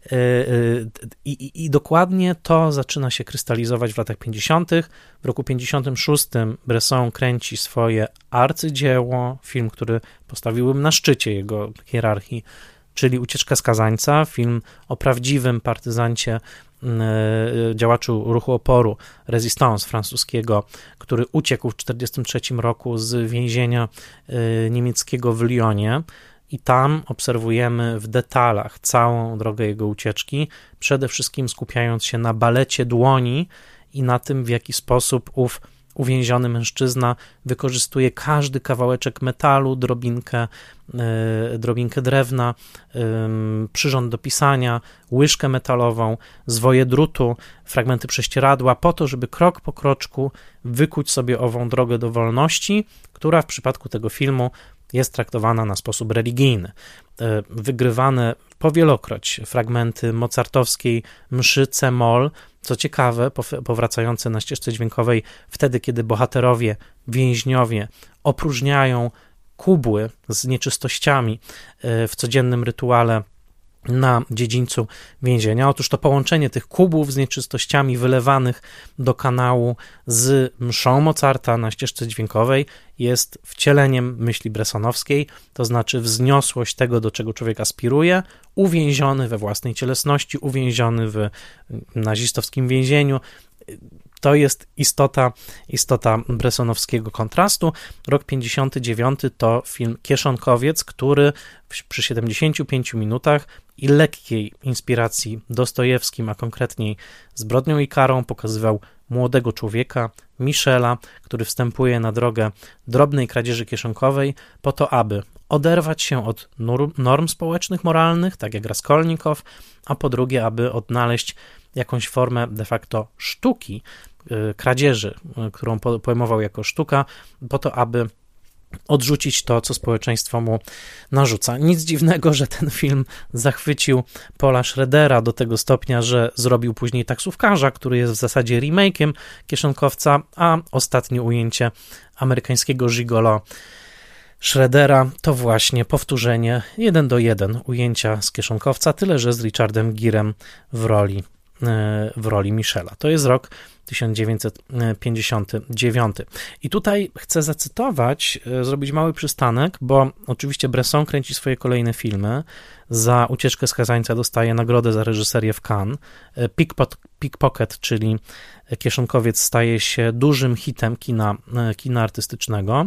I, i, i dokładnie to zaczyna się krystalizować w latach pięćdziesiątych. W roku pięćdziesiątym szóstym Bresson kręci swoje arcydzieło, film, który postawiłbym na szczycie jego hierarchii, czyli Ucieczka skazańca, film o prawdziwym partyzancie, działaczu ruchu oporu, Resistance francuskiego, który uciekł w tysiąc dziewięćset czterdziestym trzecim roku z więzienia niemieckiego w Lyonie i tam obserwujemy w detalach całą drogę jego ucieczki, przede wszystkim skupiając się na balecie dłoni i na tym, w jaki sposób ów uwięziony mężczyzna wykorzystuje każdy kawałeczek metalu, drobinkę, yy, drobinkę drewna, yy, przyrząd do pisania, łyżkę metalową, zwoje drutu, fragmenty prześcieradła, po to, żeby krok po kroczku wykuć sobie ową drogę do wolności, która w przypadku tego filmu jest traktowana na sposób religijny. Yy, wygrywane powielokroć fragmenty mozartowskiej mszy C-moll, co ciekawe, powracające na ścieżce dźwiękowej wtedy, kiedy bohaterowie, więźniowie opróżniają kubły z nieczystościami w codziennym rytuale na dziedzińcu więzienia. Otóż to połączenie tych kubów z nieczystościami wylewanych do kanału z mszą Mozarta na ścieżce dźwiękowej jest wcieleniem myśli bresonowskiej, to znaczy wzniosłość tego, do czego człowiek aspiruje, uwięziony we własnej cielesności, uwięziony w nazistowskim więzieniu. To jest istota, istota bresonowskiego kontrastu. Rok pięćdziesiąty dziewiąty to film Kieszonkowiec, który przy siedemdziesięciu pięciu minutach i lekkiej inspiracji Dostojewskim, a konkretniej Zbrodnią i karą, pokazywał młodego człowieka, Michela, który wstępuje na drogę drobnej kradzieży kieszonkowej po to, aby oderwać się od norm społecznych, moralnych, tak jak Raskolnikow, a po drugie, aby odnaleźć jakąś formę de facto sztuki, kradzieży, którą pojmował jako sztuka, po to, aby odrzucić to, co społeczeństwo mu narzuca. Nic dziwnego, że ten film zachwycił Paula Schroedera do tego stopnia, że zrobił później Taksówkarza, który jest w zasadzie remake'iem Kieszonkowca, a ostatnie ujęcie amerykańskiego gigolo Schroedera to właśnie powtórzenie jeden do jeden ujęcia z Kieszonkowca, tyle że z Richardem Girem w roli w roli Michela. To jest rok tysiąc dziewięćset pięćdziesiąty dziewiąty. I tutaj chcę zacytować, zrobić mały przystanek, bo oczywiście Bresson kręci swoje kolejne filmy. Za Ucieczkę skazańca dostaje nagrodę za reżyserię w Cannes. Pickpocket, czyli Kieszonkowiec, staje się dużym hitem kina, kina artystycznego,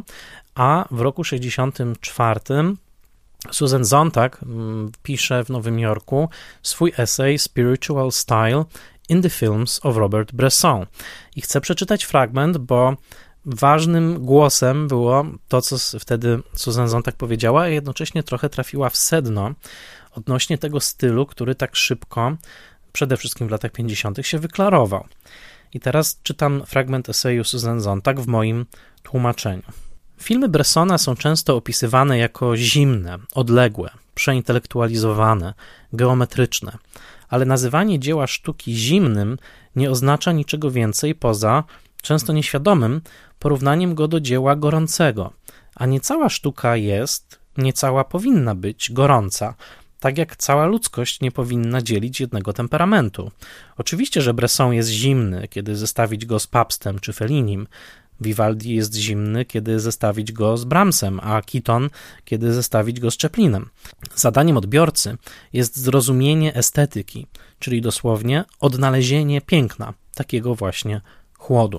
a w roku sześćdziesiątym czwartym Susan Sontag pisze w Nowym Jorku swój esej Spiritual Style in the Films of Robert Bresson. I chcę przeczytać fragment, bo ważnym głosem było to, co wtedy Susan Sontag powiedziała, a jednocześnie trochę trafiła w sedno odnośnie tego stylu, który tak szybko, przede wszystkim w latach pięćdziesiątych się wyklarował. I teraz czytam fragment eseju Susan Sontag w moim tłumaczeniu. Filmy Bressona są często opisywane jako zimne, odległe, przeintelektualizowane, geometryczne, ale nazywanie dzieła sztuki zimnym nie oznacza niczego więcej poza, często nieświadomym, porównaniem go do dzieła gorącego, a nie cała sztuka jest, nie cała powinna być gorąca, tak jak cała ludzkość nie powinna dzielić jednego temperamentu. Oczywiście, że Bresson jest zimny, kiedy zestawić go z Pabstem czy Fellinim, Vivaldi jest zimny, kiedy zestawić go z Brahmsem, a Keaton, kiedy zestawić go z Chaplinem. Zadaniem odbiorcy jest zrozumienie estetyki, czyli dosłownie odnalezienie piękna, takiego właśnie chłodu.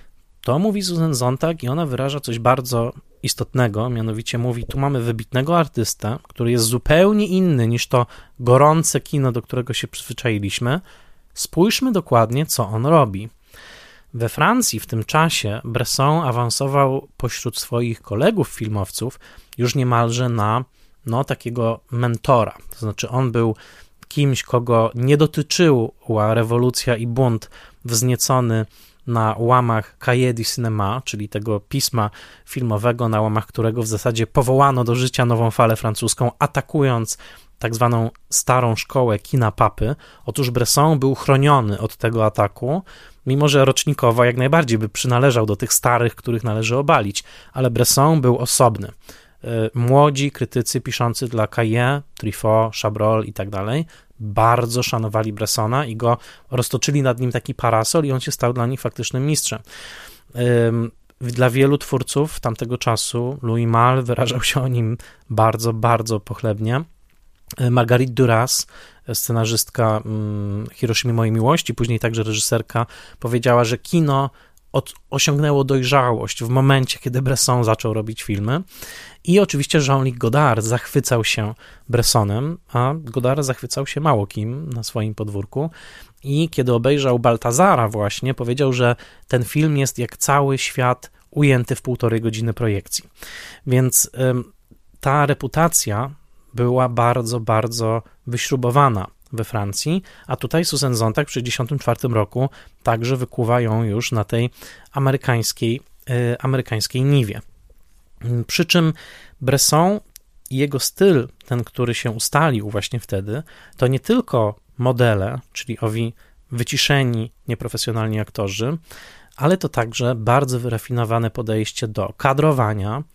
To mówi Susan Sontag i ona wyraża coś bardzo istotnego, mianowicie mówi, tu mamy wybitnego artystę, który jest zupełnie inny niż to gorące kino, do którego się przyzwyczailiśmy. Spójrzmy dokładnie, co on robi. We Francji w tym czasie Bresson awansował pośród swoich kolegów filmowców już niemalże na no, takiego mentora. To znaczy on był kimś, kogo nie dotyczyła rewolucja i bunt wzniecony na łamach Cahiers du Cinéma, czyli tego pisma filmowego, na łamach którego w zasadzie powołano do życia nową falę francuską, atakując tak zwaną starą szkołę kina papy. Otóż Bresson był chroniony od tego ataku, mimo że rocznikowo jak najbardziej by przynależał do tych starych, których należy obalić, ale Bresson był osobny. Młodzi krytycy piszący dla Cahiers, Truffaut, Chabrol i tak dalej bardzo szanowali Bressona i go roztoczyli nad nim taki parasol i on się stał dla nich faktycznym mistrzem. Dla wielu twórców tamtego czasu Louis Malle wyrażał się o nim bardzo, bardzo pochlebnie. Marguerite Duras, scenarzystka Hiroshimy mojej miłości, później także reżyserka, powiedziała, że kino od, osiągnęło dojrzałość w momencie, kiedy Bresson zaczął robić filmy. I oczywiście Jean-Luc Godard zachwycał się Bressonem, a Godard zachwycał się mało kim na swoim podwórku. I kiedy obejrzał Baltazara właśnie, powiedział, że ten film jest jak cały świat ujęty w półtorej godziny projekcji. Więc ym, ta reputacja była bardzo, bardzo wyśrubowana we Francji, a tutaj Susan Sontag w tysiąc dziewięćset sześćdziesiątym czwartym roku także wykuwa ją już na tej amerykańskiej, yy, amerykańskiej niwie. Przy czym Bresson i jego styl, ten, który się ustalił właśnie wtedy, to nie tylko modele, czyli owi wyciszeni, nieprofesjonalni aktorzy, ale to także bardzo wyrafinowane podejście do kadrowania,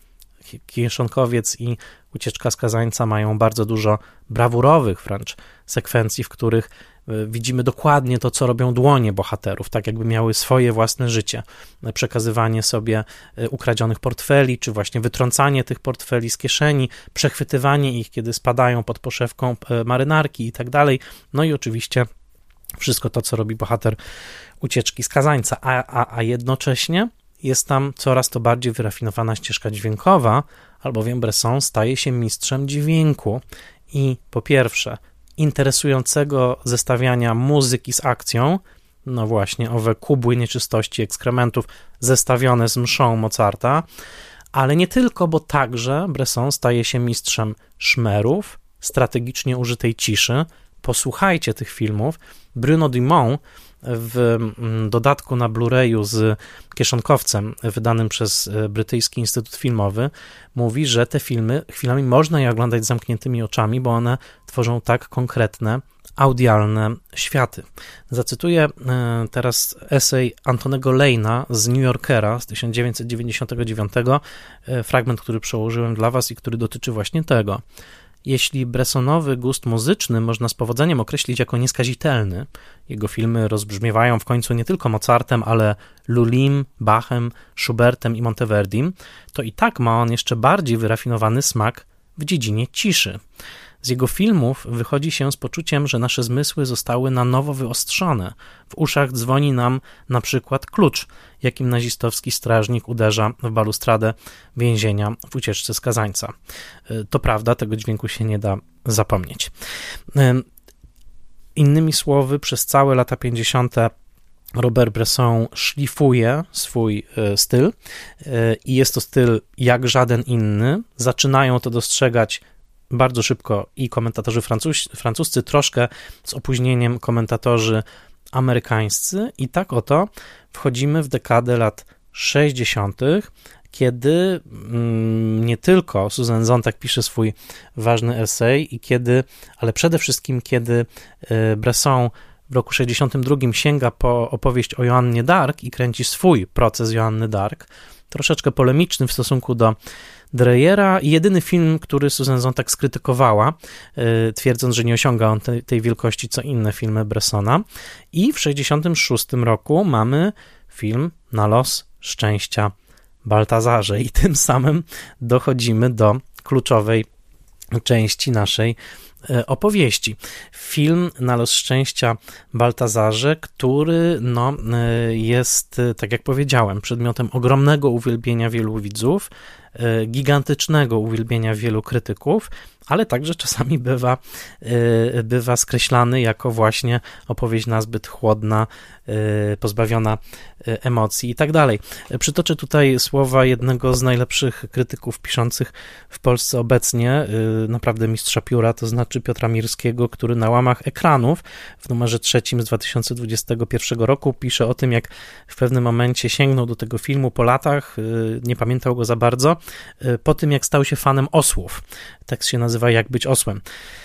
Kieszonkowiec i Ucieczka skazańca mają bardzo dużo brawurowych wręcz sekwencji, w których widzimy dokładnie to, co robią dłonie bohaterów, tak jakby miały swoje własne życie. Przekazywanie sobie ukradzionych portfeli, czy właśnie wytrącanie tych portfeli z kieszeni, przechwytywanie ich, kiedy spadają pod poszewką marynarki i tak dalej. No i oczywiście wszystko to, co robi bohater Ucieczki skazańca, a, a, a jednocześnie jest tam coraz to bardziej wyrafinowana ścieżka dźwiękowa, albowiem Bresson staje się mistrzem dźwięku i po pierwsze interesującego zestawiania muzyki z akcją, no właśnie owe kubły nieczystości, ekskrementów zestawione z mszą Mozarta, ale nie tylko, bo także Bresson staje się mistrzem szmerów, strategicznie użytej ciszy. Posłuchajcie tych filmów. Bruno Dumont w dodatku na Blu-rayu z kieszonkowcem wydanym przez Brytyjski Instytut Filmowy mówi, że te filmy chwilami można je oglądać z zamkniętymi oczami, bo one tworzą tak konkretne, audialne światy. Zacytuję teraz esej Antonego Lane'a z New Yorkera z tysiąc dziewięćset dziewięćdziesiątego dziewiątego, fragment, który przełożyłem dla was i który dotyczy właśnie tego. Jeśli Bressonowy gust muzyczny można z powodzeniem określić jako nieskazitelny, jego filmy rozbrzmiewają w końcu nie tylko Mozartem, ale Lulim, Bachem, Schubertem i Monteverdim, to i tak ma on jeszcze bardziej wyrafinowany smak w dziedzinie ciszy. Z jego filmów wychodzi się z poczuciem, że nasze zmysły zostały na nowo wyostrzone. W uszach dzwoni nam na przykład klucz, jakim nazistowski strażnik uderza w balustradę więzienia w Ucieczce skazańca. To prawda, tego dźwięku się nie da zapomnieć. Innymi słowy, przez całe lata pięćdziesiąte Robert Bresson szlifuje swój styl i jest to styl jak żaden inny. Zaczynają to dostrzegać bardzo szybko i komentatorzy francus- francuscy, troszkę z opóźnieniem komentatorzy amerykańscy i tak oto wchodzimy w dekadę lat sześćdziesiątych, kiedy mm, nie tylko Susan Sontag pisze swój ważny esej i kiedy, ale przede wszystkim kiedy y, Bresson w roku sześćdziesiątym drugim sięga po opowieść o Joannie d'Arc i kręci swój proces Joanny d'Arc, troszeczkę polemiczny w stosunku do Dreyera i jedyny film, który Susan Sontag skrytykowała, yy, twierdząc, że nie osiąga on te, tej wielkości co inne filmy Bressona. I w sześćdziesiątym szóstym roku mamy film Na los szczęścia Baltazarze i tym samym dochodzimy do kluczowej części naszej opowieści. Film Na los szczęścia Baltazarze, który no, jest, tak jak powiedziałem, przedmiotem ogromnego uwielbienia wielu widzów, gigantycznego uwielbienia wielu krytyków, ale także czasami bywa, bywa skreślany jako właśnie opowieść nazbyt chłodna, pozbawiona emocji i tak dalej. Przytoczę tutaj słowa jednego z najlepszych krytyków piszących w Polsce obecnie, naprawdę mistrza pióra, to znaczy Piotra Mirskiego, który na łamach Ekranów w numerze trzecim z dwa tysiące dwudziestego pierwszego roku pisze o tym, jak w pewnym momencie sięgnął do tego filmu po latach, nie pamiętał go za bardzo, po tym jak stał się fanem osłów. Tekst się nazywa Jak być osłem.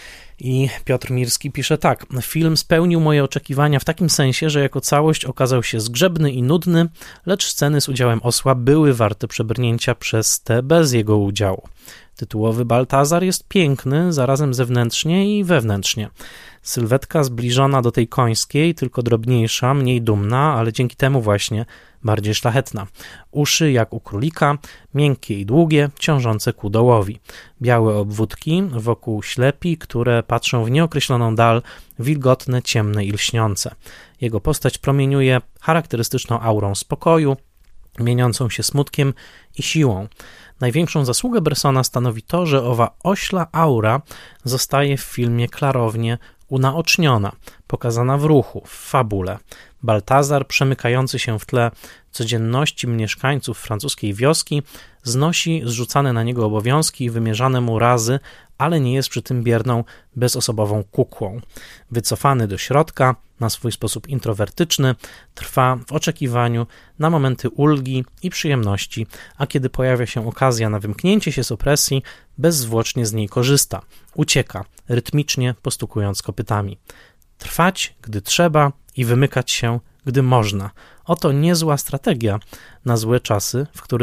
I Piotr Mirski pisze tak. Film spełnił moje oczekiwania w takim sensie, że jako całość okazał się zgrzebny i nudny, lecz sceny z udziałem osła były warte przebrnięcia przez te bez jego udziału. Tytułowy Baltazar jest piękny, zarazem zewnętrznie i wewnętrznie. Sylwetka zbliżona do tej końskiej, tylko drobniejsza, mniej dumna, ale dzięki temu właśnie bardziej szlachetna. Uszy jak u królika, miękkie i długie, ciążące ku dołowi. Białe obwódki, wokół ślepi, które patrzą w nieokreśloną dal, wilgotne, ciemne i lśniące. Jego postać promieniuje charakterystyczną aurą spokoju, mieniącą się smutkiem i siłą. Największą zasługę Bressona stanowi to, że owa ośla aura zostaje w filmie klarownie unaoczniona, pokazana w ruchu, w fabule. Baltazar, przemykający się w tle codzienności mieszkańców francuskiej wioski, znosi zrzucane na niego obowiązki i wymierzane mu razy, ale nie jest przy tym bierną, bezosobową kukłą. Wycofany do środka, na swój sposób introwertyczny, trwa w oczekiwaniu na momenty ulgi i przyjemności, a kiedy pojawia się okazja na wymknięcie się z opresji, bezzwłocznie z niej korzysta, ucieka, rytmicznie postukując kopytami. Trwać, gdy trzeba i wymykać się, gdy można. Oto niezła strategia na złe czasy, w których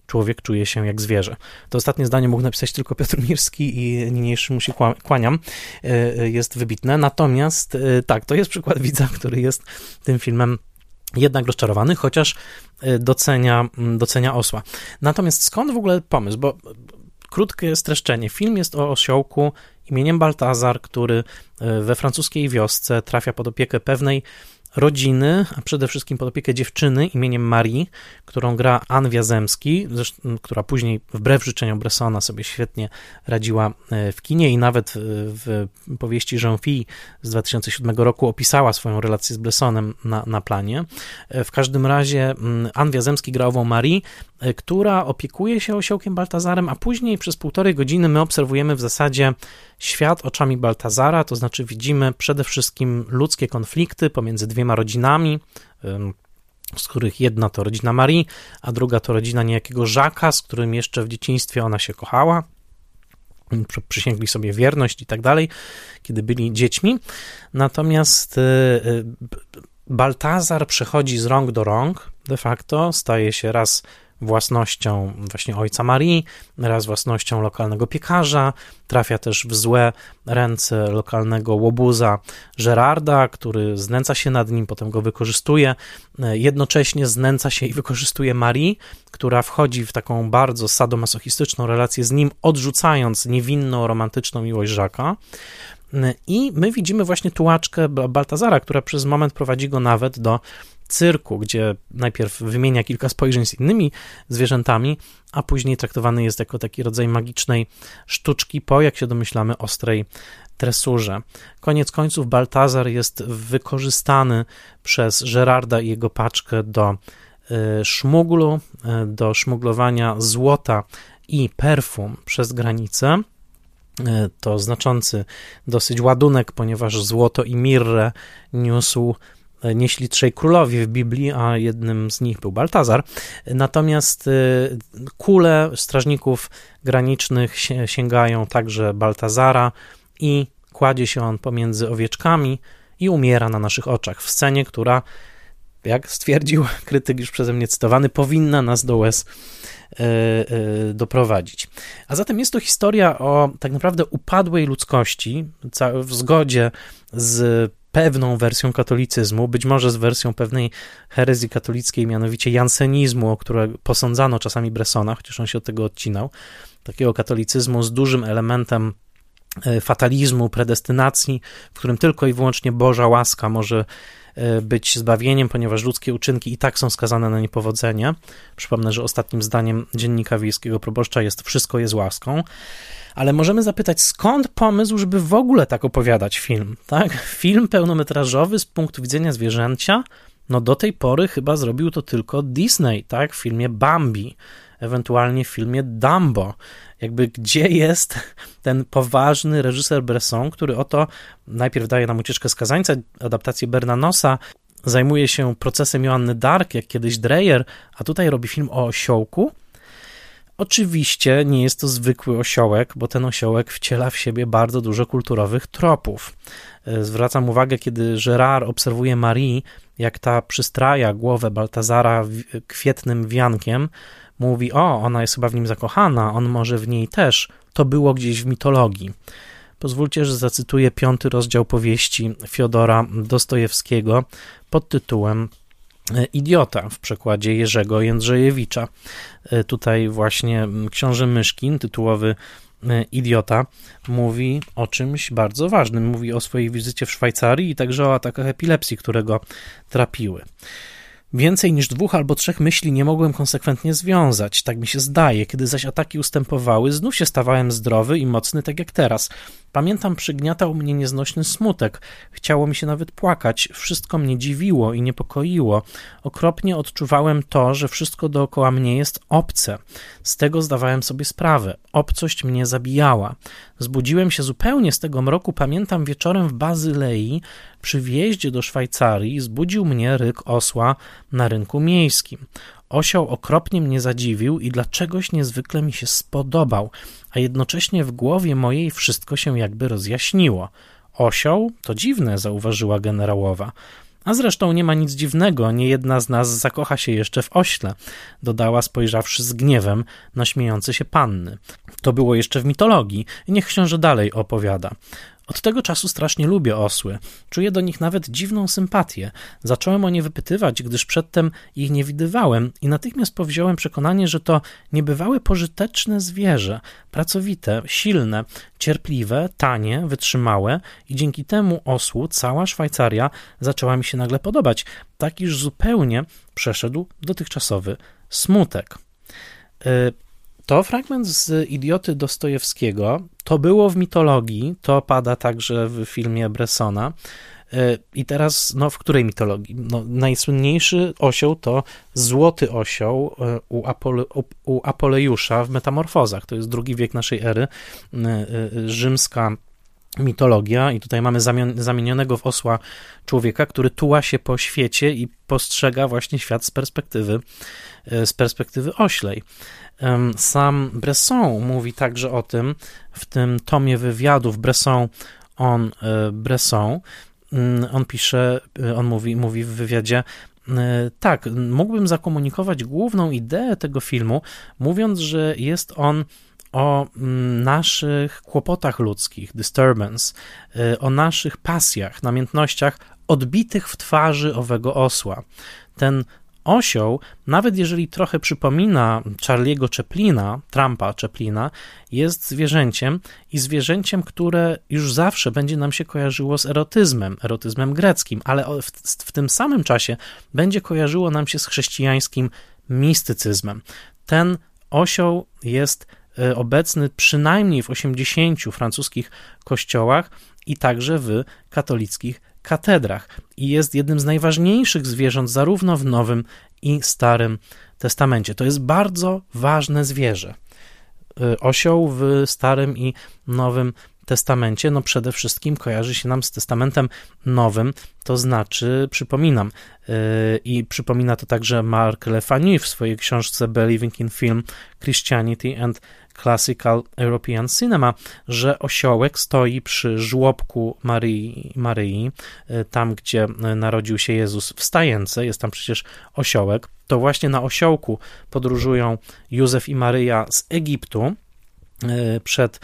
człowiek czuje się jak zwierzę. To ostatnie zdanie mógł napisać tylko Piotr Mirski i niniejszym mu się kłaniam. Jest wybitne. Natomiast tak, to jest przykład widza, który jest tym filmem jednak rozczarowany, chociaż docenia, docenia osła. Natomiast skąd w ogóle pomysł? Bo krótkie streszczenie. Film jest o osiołku imieniem Baltazar, który we francuskiej wiosce trafia pod opiekę pewnej rodziny, a przede wszystkim pod opiekę dziewczyny imieniem Marie, którą gra Anne Wiazemski, która później wbrew życzeniom Bressona sobie świetnie radziła w kinie i nawet w powieści Jean-Fille z dwa tysiące siódmego roku opisała swoją relację z Bressonem na, na planie. W każdym razie Anne Wiazemski gra ową Marie, która opiekuje się osiołkiem Baltazarem, a później przez półtorej godziny my obserwujemy w zasadzie świat oczami Baltazara, to znaczy widzimy przede wszystkim ludzkie konflikty pomiędzy dwiema rodzinami, z których jedna to rodzina Marie, a druga to rodzina niejakiego Jacques'a, z którym jeszcze w dzieciństwie ona się kochała, przysięgli sobie wierność i tak dalej, kiedy byli dziećmi. Natomiast Baltazar przechodzi z rąk do rąk, de facto staje się raz własnością właśnie ojca Marie, raz własnością lokalnego piekarza, trafia też w złe ręce lokalnego łobuza Gerarda, który znęca się nad nim, potem go wykorzystuje, jednocześnie znęca się i wykorzystuje Marie, która wchodzi w taką bardzo sadomasochistyczną relację z nim, odrzucając niewinną, romantyczną miłość Jacques'a. I my widzimy właśnie tułaczkę Baltazara, która przez moment prowadzi go nawet do cyrku, gdzie najpierw wymienia kilka spojrzeń z innymi zwierzętami, a później traktowany jest jako taki rodzaj magicznej sztuczki po, jak się domyślamy, ostrej tresurze. Koniec końców Baltazar jest wykorzystany przez Gerarda i jego paczkę do y, szmuglu, y, do szmuglowania złota i perfum przez granicę. Y, to znaczący dosyć ładunek, ponieważ złoto i mirrę niósł nieśli trzej królowie w Biblii, a jednym z nich był Baltazar. Natomiast kule strażników granicznych sięgają także Baltazara i kładzie się on pomiędzy owieczkami i umiera na naszych oczach w scenie, która, jak stwierdził krytyk już przeze mnie cytowany, powinna nas do łez doprowadzić. A zatem jest to historia o tak naprawdę upadłej ludzkości, w zgodzie z pewną wersją katolicyzmu, być może z wersją pewnej herezji katolickiej, mianowicie jansenizmu, o które posądzano czasami Bressona, chociaż on się od tego odcinał, takiego katolicyzmu z dużym elementem fatalizmu, predestynacji, w którym tylko i wyłącznie Boża łaska może być zbawieniem, ponieważ ludzkie uczynki i tak są skazane na niepowodzenie. Przypomnę, że ostatnim zdaniem dziennika wiejskiego proboszcza jest: wszystko jest łaską. Ale możemy zapytać, skąd pomysł, żeby w ogóle tak opowiadać film, tak? Film pełnometrażowy z punktu widzenia zwierzęcia, no do tej pory chyba zrobił to tylko Disney, tak? W filmie Bambi, ewentualnie w filmie Dumbo. Jakby gdzie jest ten poważny reżyser Bresson, który oto najpierw daje nam Ucieczkę skazańca, adaptację Bernanosa, zajmuje się procesem Joanny Dark, jak kiedyś Dreyer, a tutaj robi film o osiołku. Oczywiście nie jest to zwykły osiołek, bo ten osiołek wciela w siebie bardzo dużo kulturowych tropów. Zwracam uwagę, kiedy Gerard obserwuje Marie, jak ta przystraja głowę Baltazara kwietnym wiankiem, mówi: o, ona jest chyba w nim zakochana, on może w niej też. To było gdzieś w mitologii. Pozwólcie, że zacytuję piąty rozdział powieści Fiodora Dostojewskiego pod tytułem Idiota w przekładzie Jerzego Jędrzejewicza. Tutaj właśnie książę Myszkin, tytułowy Idiota, mówi o czymś bardzo ważnym. Mówi o swojej wizycie w Szwajcarii i także o atakach epilepsji, które go trapiły. Więcej niż dwóch albo trzech myśli nie mogłem konsekwentnie związać, tak mi się zdaje. Kiedy zaś ataki ustępowały, znów się stawałem zdrowy i mocny, tak jak teraz. Pamiętam, przygniatał mnie nieznośny smutek. Chciało mi się nawet płakać. Wszystko mnie dziwiło i niepokoiło. Okropnie odczuwałem to, że wszystko dookoła mnie jest obce. Z tego zdawałem sobie sprawę. Obcość mnie zabijała. Zbudziłem się zupełnie z tego mroku. Pamiętam, wieczorem w Bazylei, przy wjeździe do Szwajcarii, zbudził mnie ryk osła na rynku miejskim. Osioł okropnie mnie zadziwił i dlaczegoś niezwykle mi się spodobał, a jednocześnie w głowie mojej wszystko się jakby rozjaśniło. Osioł? To dziwne, zauważyła generałowa. A zresztą nie ma nic dziwnego, nie jedna z nas zakocha się jeszcze w ośle, dodała, spojrzawszy z gniewem na śmiejące się panny. To było jeszcze w mitologii i niech książę dalej opowiada. Od tego czasu strasznie lubię osły. Czuję do nich nawet dziwną sympatię. Zacząłem o nie wypytywać, gdyż przedtem ich nie widywałem i natychmiast powziąłem przekonanie, że to niebywałe pożyteczne zwierzę, pracowite, silne, cierpliwe, tanie, wytrzymałe i dzięki temu osłu cała Szwajcaria zaczęła mi się nagle podobać, tak iż zupełnie przeszedł dotychczasowy smutek. Yy, To fragment z Idioty Dostojewskiego, to było w mitologii, to pada także w filmie Bressona. I teraz, no w której mitologii? No, najsłynniejszy osioł to Złoty Osioł u, Apole, u Apolejusza w Metamorfozach. To jest drugi wiek naszej ery, rzymska mitologia i tutaj mamy zamienionego w osła człowieka, który tuła się po świecie i postrzega właśnie świat z perspektywy, z perspektywy oślej. Sam Bresson mówi także o tym w tym tomie wywiadów Bresson on Bresson. On pisze, on mówi, mówi w wywiadzie, tak, mógłbym zakomunikować główną ideę tego filmu, mówiąc, że jest on o naszych kłopotach ludzkich, disturbance, o naszych pasjach, namiętnościach odbitych w twarzy owego osła. Ten osioł, nawet jeżeli trochę przypomina Charlie'ego Chaplina, Trumpa Chaplina, jest zwierzęciem i zwierzęciem, które już zawsze będzie nam się kojarzyło z erotyzmem, erotyzmem greckim, ale w, w tym samym czasie będzie kojarzyło nam się z chrześcijańskim mistycyzmem. Ten osioł jest obecny przynajmniej w osiemdziesięciu francuskich kościołach i także w katolickich katedrach i jest jednym z najważniejszych zwierząt zarówno w Nowym i Starym Testamencie. To jest bardzo ważne zwierzę. Osioł w Starym i Nowym Testamencie, no przede wszystkim kojarzy się nam z Testamentem Nowym, to znaczy, przypominam, yy, i przypomina to także Marc Le Fanu w swojej książce Believing in Film, Christianity and Classical European Cinema, że osiołek stoi przy żłobku Maryi, Maryi, yy, tam gdzie narodził się Jezus w stajence, jest tam przecież osiołek, to właśnie na osiołku podróżują Józef i Maryja z Egiptu, przed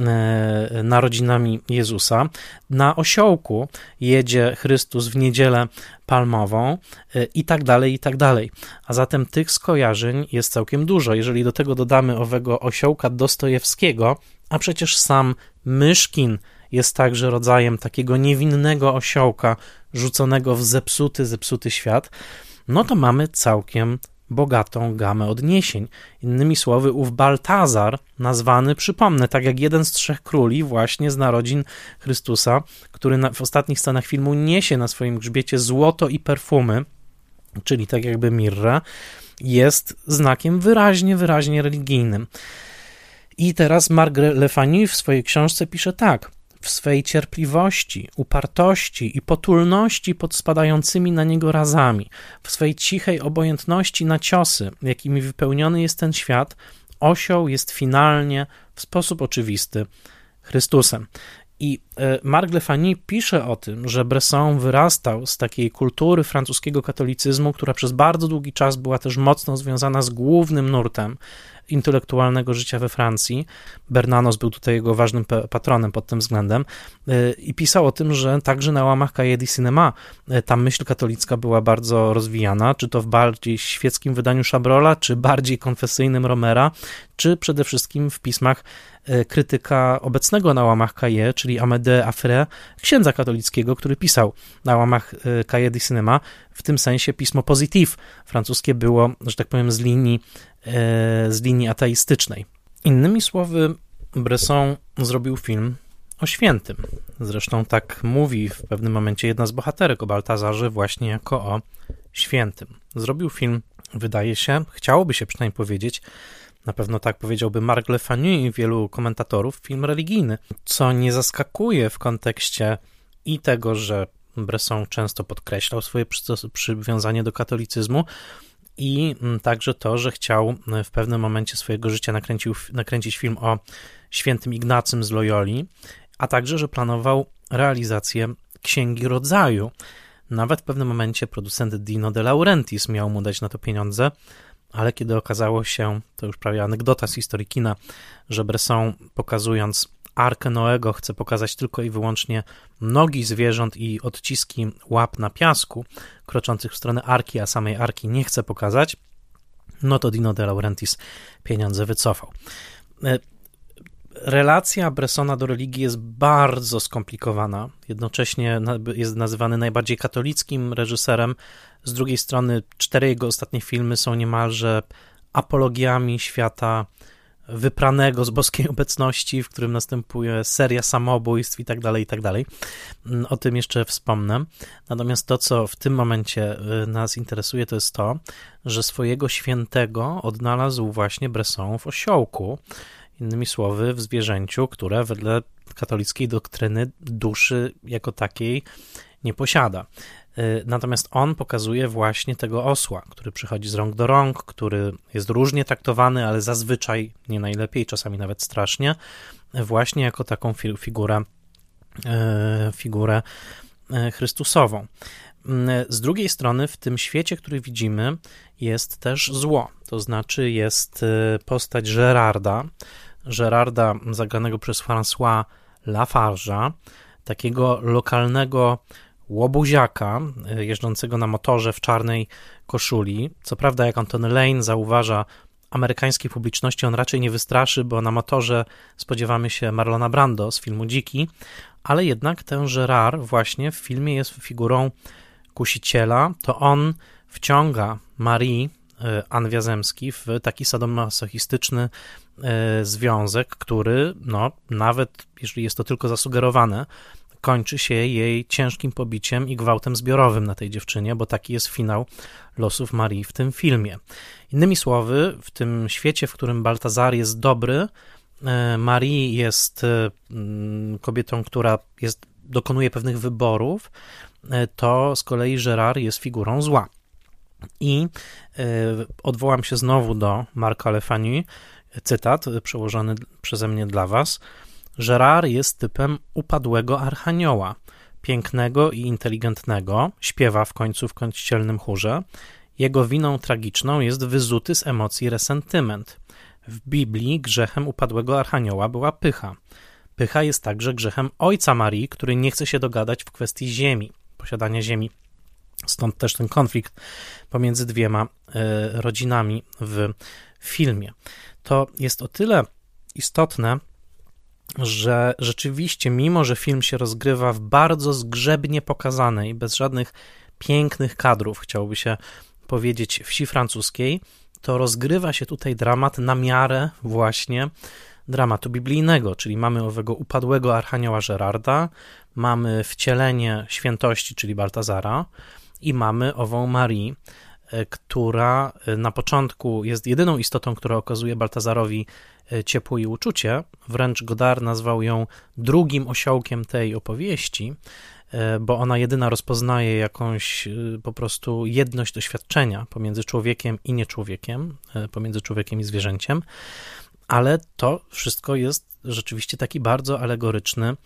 narodzinami Jezusa. Na osiołku jedzie Chrystus w niedzielę palmową i tak dalej, i tak dalej. A zatem tych skojarzeń jest całkiem dużo. Jeżeli do tego dodamy owego osiołka Dostojewskiego, a przecież sam Myszkin jest także rodzajem takiego niewinnego osiołka rzuconego w zepsuty, zepsuty świat, no to mamy całkiem bogatą gamę odniesień. Innymi słowy, ów Baltazar, nazwany, przypomnę, tak jak jeden z trzech króli właśnie z narodzin Chrystusa, który na, w ostatnich scenach filmu niesie na swoim grzbiecie złoto i perfumy, czyli tak jakby mirra, jest znakiem wyraźnie, wyraźnie religijnym. I teraz Marc Le Fanu w swojej książce pisze tak: w swej cierpliwości, upartości i potulności pod spadającymi na niego razami, w swej cichej obojętności na ciosy, jakimi wypełniony jest ten świat, osioł jest finalnie, w sposób oczywisty, Chrystusem. I Marc Le Fanu pisze o tym, że Bresson wyrastał z takiej kultury francuskiego katolicyzmu, która przez bardzo długi czas była też mocno związana z głównym nurtem intelektualnego życia we Francji. Bernanos był tutaj jego ważnym patronem pod tym względem i pisał o tym, że także na łamach Cahiers du Cinéma ta myśl katolicka była bardzo rozwijana, czy to w bardziej świeckim wydaniu Chabrola, czy bardziej konfesyjnym Romera, czy przede wszystkim w pismach krytyka obecnego na łamach Cahiers, czyli Amédée Affray, księdza katolickiego, który pisał na łamach Cahiers du Cinéma. W tym sensie pismo Positif francuskie było, że tak powiem, z linii, z linii ateistycznej. Innymi słowy, Bresson zrobił film o świętym. Zresztą tak mówi w pewnym momencie jedna z bohaterek o Baltazarze właśnie jako o świętym. Zrobił film, wydaje się, chciałoby się przynajmniej powiedzieć, na pewno tak powiedziałby Marc Le Fanu i wielu komentatorów, film religijny, co nie zaskakuje w kontekście i tego, że Bresson często podkreślał swoje przywiązanie do katolicyzmu i także to, że chciał w pewnym momencie swojego życia nakręcił, nakręcić film o świętym Ignacym z Loyoli, a także, że planował realizację Księgi Rodzaju. Nawet w pewnym momencie producent Dino De Laurentiis miał mu dać na to pieniądze, ale kiedy okazało się, to już prawie anegdota z historii kina, że Bresson, pokazując Arkę Noego, chce pokazać tylko i wyłącznie nogi zwierząt i odciski łap na piasku kroczących w stronę Arki, a samej Arki nie chce pokazać, no to Dino De Laurentiis pieniądze wycofał. Relacja Bressona do religii jest bardzo skomplikowana. Jednocześnie jest nazywany najbardziej katolickim reżyserem. Z drugiej strony cztery jego ostatnie filmy są niemalże apologiami świata wypranego z boskiej obecności, w którym następuje seria samobójstw i tak dalej, i tak dalej. O tym jeszcze wspomnę. Natomiast to, co w tym momencie nas interesuje, to jest to, że swojego świętego odnalazł właśnie Bresson w osiołku. Innymi słowy, w zwierzęciu, które wedle katolickiej doktryny duszy jako takiej nie posiada. Natomiast on pokazuje właśnie tego osła, który przychodzi z rąk do rąk, który jest różnie traktowany, ale zazwyczaj nie najlepiej, czasami nawet strasznie, właśnie jako taką figurę, figurę Chrystusową. Z drugiej strony w tym świecie, który widzimy, jest też zło, to znaczy jest postać Gérarda, Gérarda zagranego przez François Lafarge'a, takiego lokalnego łobuziaka jeżdżącego na motorze w czarnej koszuli. Co prawda, jak Antony Lane zauważa amerykańskiej publiczności, on raczej nie wystraszy, bo na motorze spodziewamy się Marlona Brando z filmu Dziki, ale jednak ten Gérard właśnie w filmie jest figurą kusiciela. To on wciąga Marie, Ann Wiazemski, w taki sadomasochistyczny związek, który, no, nawet jeżeli jest to tylko zasugerowane, kończy się jej ciężkim pobiciem i gwałtem zbiorowym na tej dziewczynie, bo taki jest finał losów Marii w tym filmie. Innymi słowy, w tym świecie, w którym Baltazar jest dobry, Marie jest kobietą, która jest, dokonuje pewnych wyborów, to z kolei Gérard jest figurą zła. I odwołam się znowu do Marca Le Fanu, cytat przełożony przeze mnie dla was. Gérard jest typem upadłego archanioła, pięknego i inteligentnego, śpiewa w końcu w kościelnym chórze. Jego winą tragiczną jest wyzuty z emocji resentyment. W Biblii grzechem upadłego archanioła była pycha. Pycha jest także grzechem ojca Marii, który nie chce się dogadać w kwestii ziemi, posiadania ziemi. Stąd też ten konflikt pomiędzy dwiema y, rodzinami w filmie. To jest o tyle istotne, że rzeczywiście, mimo że film się rozgrywa w bardzo zgrzebnie pokazanej, bez żadnych pięknych kadrów, chciałoby się powiedzieć, wsi francuskiej, to rozgrywa się tutaj dramat na miarę właśnie dramatu biblijnego, czyli mamy owego upadłego archanioła Gérarda, mamy wcielenie świętości, czyli Baltazara, i mamy ową Marie, która na początku jest jedyną istotą, która okazuje Baltazarowi ciepło i uczucie. Wręcz Godard nazwał ją drugim osiołkiem tej opowieści, bo ona jedyna rozpoznaje jakąś po prostu jedność doświadczenia pomiędzy człowiekiem i nieczłowiekiem, pomiędzy człowiekiem i zwierzęciem, ale to wszystko jest rzeczywiście taki bardzo alegoryczny,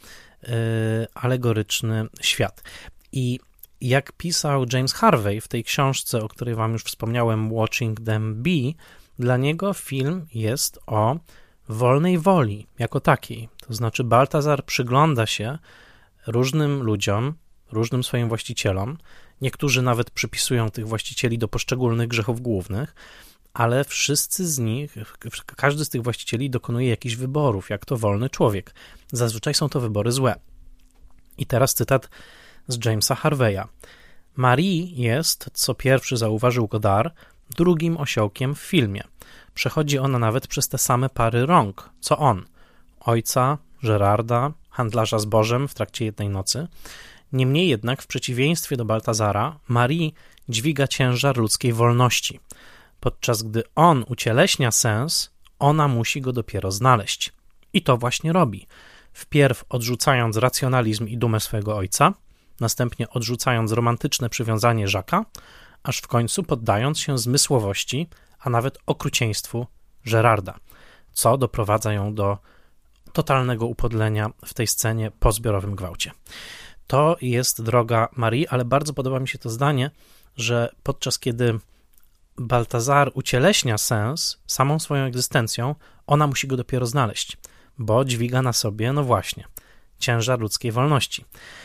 alegoryczny świat. I jak pisał James Harvey w tej książce, o której wam już wspomniałem, Watching Them Be, dla niego film jest o wolnej woli jako takiej. To znaczy Baltazar przygląda się różnym ludziom, różnym swoim właścicielom. Niektórzy nawet przypisują tych właścicieli do poszczególnych grzechów głównych, ale wszyscy z nich, każdy z tych właścicieli dokonuje jakichś wyborów, jak to wolny człowiek. Zazwyczaj są to wybory złe. I teraz cytat z Jamesa Harveya. Marie jest, co pierwszy zauważył Godard, drugim osiołkiem w filmie. Przechodzi ona nawet przez te same pary rąk, co on. Ojca, Gérarda, handlarza zbożem w trakcie jednej nocy. Niemniej jednak, w przeciwieństwie do Baltazara, Marie dźwiga ciężar ludzkiej wolności. Podczas gdy on ucieleśnia sens, ona musi go dopiero znaleźć. I to właśnie robi. Wpierw odrzucając racjonalizm i dumę swojego ojca, następnie odrzucając romantyczne przywiązanie Jacques'a, aż w końcu poddając się zmysłowości, a nawet okrucieństwu Gérarda, co doprowadza ją do totalnego upodlenia w tej scenie po zbiorowym gwałcie. to jest droga Marii, ale bardzo podoba mi się to zdanie, że podczas kiedy Baltazar ucieleśnia sens samą swoją egzystencją, ona musi go dopiero znaleźć, bo dźwiga na sobie, no właśnie, ciężar ludzkiej wolności.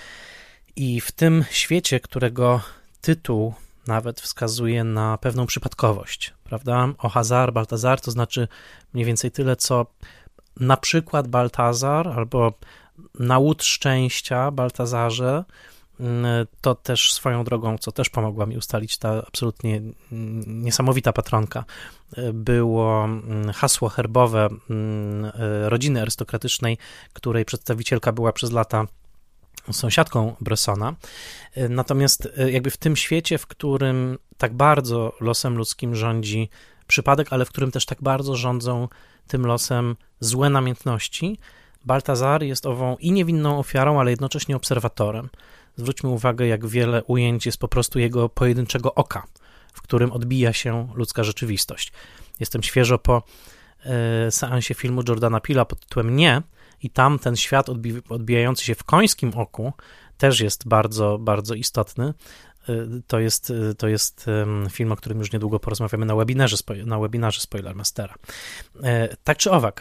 I w tym świecie, którego tytuł nawet wskazuje na pewną przypadkowość, prawda? O Hazar, Baltazar to znaczy mniej więcej tyle, co na przykład Baltazar albo na łód szczęścia Baltazarze, to też swoją drogą, co też pomogła mi ustalić ta absolutnie niesamowita patronka, było hasło herbowe rodziny arystokratycznej, której przedstawicielka była przez lata sąsiadką Bressona. Natomiast jakby w tym świecie, w którym tak bardzo losem ludzkim rządzi przypadek, ale w którym też tak bardzo rządzą tym losem złe namiętności, Baltazar jest ową i niewinną ofiarą, ale jednocześnie obserwatorem. Zwróćmy uwagę, jak wiele ujęć jest po prostu jego pojedynczego oka, w którym odbija się ludzka rzeczywistość. Jestem świeżo po e, seansie filmu Jordana Peela pod tytułem Nie i tam ten świat odbi- odbijający się w końskim oku też jest bardzo, bardzo istotny. To jest, to jest film, o którym już niedługo porozmawiamy na webinarze, na webinarze Spoilermastera. Tak czy owak,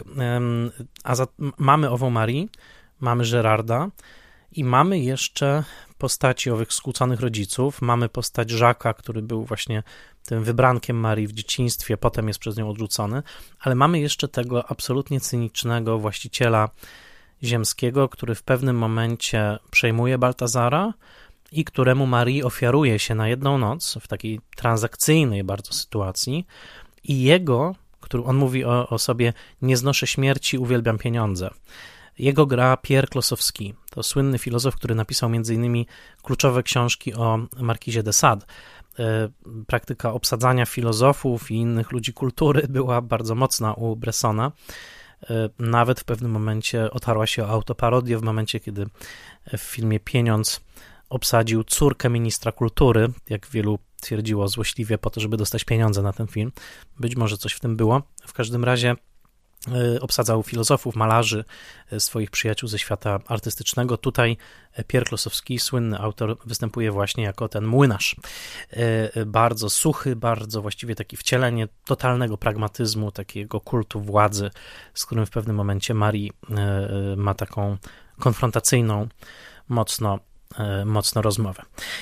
a za, mamy ową Marii, mamy Gerarda i mamy jeszcze postaci owych skłóconych rodziców, mamy postać Jacques'a, który był właśnie tym wybrankiem Marii w dzieciństwie, potem jest przez nią odrzucony, ale mamy jeszcze tego absolutnie cynicznego właściciela ziemskiego, który w pewnym momencie przejmuje Baltazara i któremu Marii ofiaruje się na jedną noc w takiej transakcyjnej bardzo sytuacji i jego, który on mówi o, o sobie, nie znoszę śmierci, uwielbiam pieniądze. Jego gra Pierre Klossowski, to słynny filozof, który napisał między innymi kluczowe książki o Markizie de Sade. Praktyka obsadzania filozofów i innych ludzi kultury była bardzo mocna u Bressona. Nawet w pewnym momencie otarła się o autoparodię w momencie, kiedy w filmie Pieniądz obsadził córkę ministra kultury, jak wielu twierdziło złośliwie, po to, żeby dostać pieniądze na ten film. Być może coś w tym było. W każdym razie obsadzał filozofów, malarzy, swoich przyjaciół ze świata artystycznego. Tutaj Pierre Klossowski, słynny autor, występuje właśnie jako ten młynarz. Bardzo suchy, bardzo właściwie taki wcielenie totalnego pragmatyzmu, takiego kultu władzy, z którym w pewnym momencie Marii ma taką konfrontacyjną, mocno, mocno rozmowę.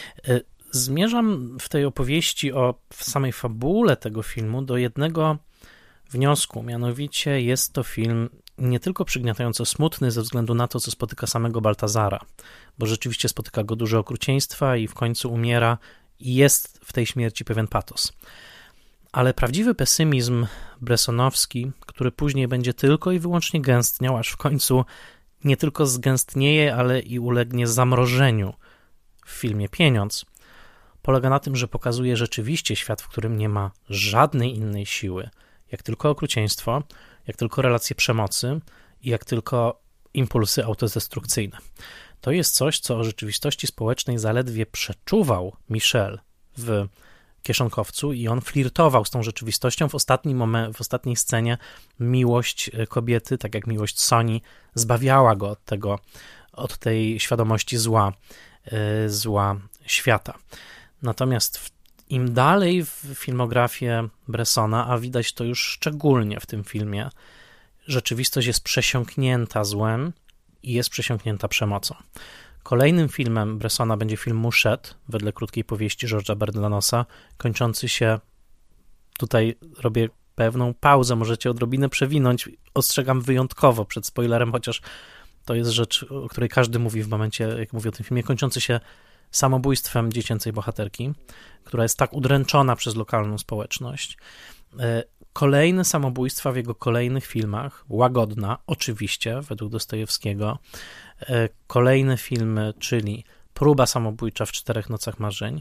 Zmierzam w tej opowieści o samej fabule tego filmu do jednego wniosku, mianowicie jest to film nie tylko przygniatająco smutny ze względu na to, co spotyka samego Baltazara, bo rzeczywiście spotyka go dużo okrucieństwa i w końcu umiera i jest w tej śmierci pewien patos. Ale prawdziwy pesymizm bressonowski, który później będzie tylko i wyłącznie gęstniał, aż w końcu nie tylko zgęstnieje, ale i ulegnie zamrożeniu w filmie Pieniądz, polega na tym, że pokazuje rzeczywiście świat, w którym nie ma żadnej innej siły, jak tylko okrucieństwo, jak tylko relacje przemocy i jak tylko impulsy autodestrukcyjne. To jest coś, co o rzeczywistości społecznej zaledwie przeczuwał Michel w Kieszonkowcu i on flirtował z tą rzeczywistością. W ostatnim moment, w ostatniej scenie miłość kobiety, tak jak miłość Soni, zbawiała go od tego, od tej świadomości zła, zła świata. Natomiast w Im dalej w filmografię Bressona, a widać to już szczególnie w tym filmie, rzeczywistość jest przesiąknięta złem i jest przesiąknięta przemocą. Kolejnym filmem Bressona będzie film Mouchette, wedle krótkiej powieści Georgesa Berlanosa, kończący się, tutaj robię pewną pauzę, możecie odrobinę przewinąć, ostrzegam wyjątkowo przed spoilerem, chociaż to jest rzecz, o której każdy mówi w momencie, jak mówi o tym filmie, kończący się samobójstwem dziecięcej bohaterki, która jest tak udręczona przez lokalną społeczność. Kolejne samobójstwa w jego kolejnych filmach, Łagodna, oczywiście, według Dostojewskiego. Kolejne filmy, czyli Próba samobójcza w Czterech nocach marzeń.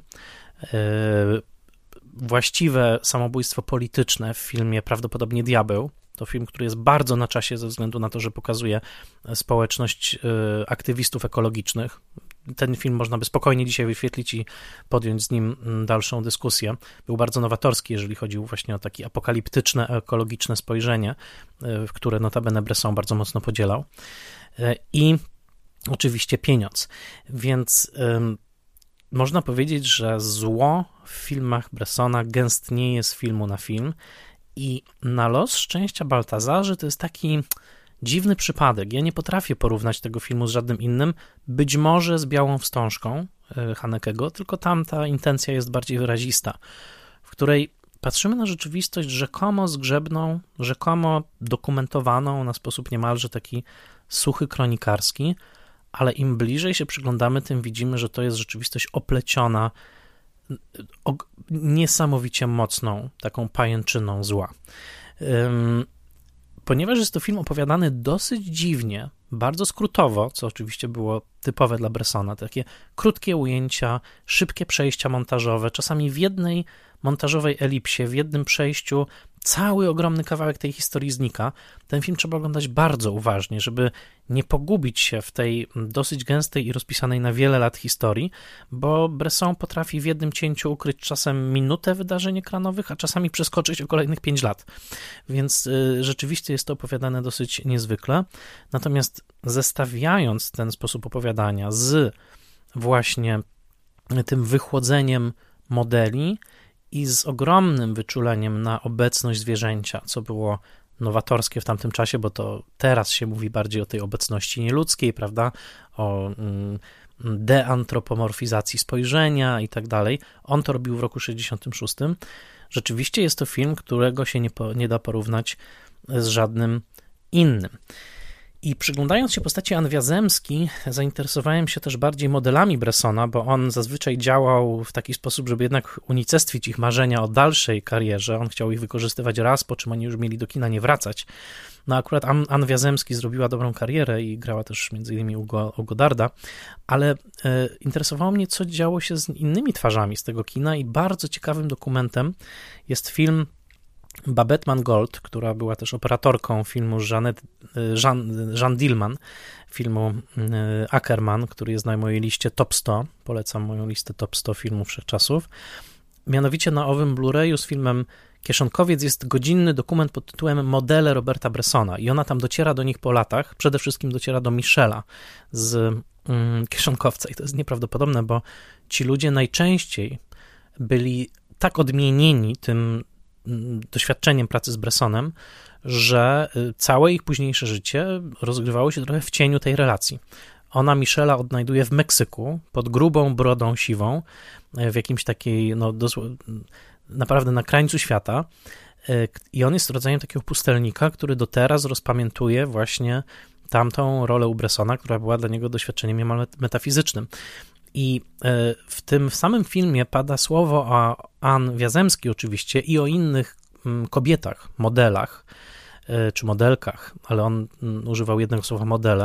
Właściwe samobójstwo polityczne w filmie prawdopodobnie Diabeł. To film, który jest bardzo na czasie ze względu na to, że pokazuje społeczność aktywistów ekologicznych. Ten film można by spokojnie dzisiaj wyświetlić i podjąć z nim dalszą dyskusję. Był bardzo nowatorski, jeżeli chodzi właśnie o takie apokaliptyczne, ekologiczne spojrzenie, w które notabene Bresson bardzo mocno podzielał. I oczywiście pieniądz. Więc ym, można powiedzieć, że zło w filmach Bressona gęstnieje z filmu na film i Na los szczęścia Baltazarzy to jest taki dziwny przypadek. Ja nie potrafię porównać tego filmu z żadnym innym, być może z Białą wstążką Hanekego, tylko tam ta intencja jest bardziej wyrazista, w której patrzymy na rzeczywistość rzekomo zgrzebną, rzekomo dokumentowaną na sposób niemalże taki suchy, kronikarski, ale im bliżej się przyglądamy, tym widzimy, że to jest rzeczywistość opleciona niesamowicie mocną, taką pajęczyną zła. Ponieważ jest to film opowiadany dosyć dziwnie, bardzo skrótowo, co oczywiście było typowe dla Bressona, takie krótkie ujęcia, szybkie przejścia montażowe, czasami w jednej montażowej elipsie, w jednym przejściu cały ogromny kawałek tej historii znika. Ten film trzeba oglądać bardzo uważnie, żeby nie pogubić się w tej dosyć gęstej i rozpisanej na wiele lat historii, bo Bresson potrafi w jednym cięciu ukryć czasem minutę wydarzeń ekranowych, a czasami przeskoczyć o kolejnych pięć lat. Więc y, rzeczywiście jest to opowiadane dosyć niezwykle. Natomiast zestawiając ten sposób opowiadania z właśnie tym wychłodzeniem modeli i z ogromnym wyczuleniem na obecność zwierzęcia, co było nowatorskie w tamtym czasie, bo to teraz się mówi bardziej o tej obecności nieludzkiej, prawda, o mm, deantropomorfizacji spojrzenia i tak dalej. On to robił w roku sześćdziesiątym szóstym. Rzeczywiście jest to film, którego się nie, po, nie da porównać z żadnym innym. I przyglądając się postaci Ann Wiazemski, zainteresowałem się też bardziej modelami Bressona, bo on zazwyczaj działał w taki sposób, żeby jednak unicestwić ich marzenia o dalszej karierze. On chciał ich wykorzystywać raz, po czym oni już mieli do kina nie wracać. No akurat Ann, Ann Wiazemski zrobiła dobrą karierę i grała też między innymi u, Go, u Godarda, ale e, interesowało mnie, co działo się z innymi twarzami z tego kina i bardzo ciekawym dokumentem jest film Babette Mangold, która była też operatorką filmu Jeanette, Jean, Jean Dillman, filmu Ackerman, który jest na mojej liście top sto. Polecam moją listę top sto filmów wszechczasów. Mianowicie na owym Blu-rayu z filmem Kieszonkowiec jest godzinny dokument pod tytułem Modele Roberta Bressona i ona tam dociera do nich po latach. Przede wszystkim dociera do Michela z mm, Kieszonkowca i to jest nieprawdopodobne, bo ci ludzie najczęściej byli tak odmienieni tym doświadczeniem pracy z Bressonem, że całe ich późniejsze życie rozgrywało się trochę w cieniu tej relacji. Ona Michela odnajduje w Meksyku pod grubą brodą siwą, w jakimś takiej, no dosł- naprawdę na krańcu świata i on jest rodzajem takiego pustelnika, który do teraz rozpamiętuje właśnie tamtą rolę u Bressona, która była dla niego doświadczeniem niemal metafizycznym. I w tym samym filmie pada słowo o Ann Wiazemskiej oczywiście i o innych kobietach, modelach czy modelkach, ale on używał jednego słowa modele.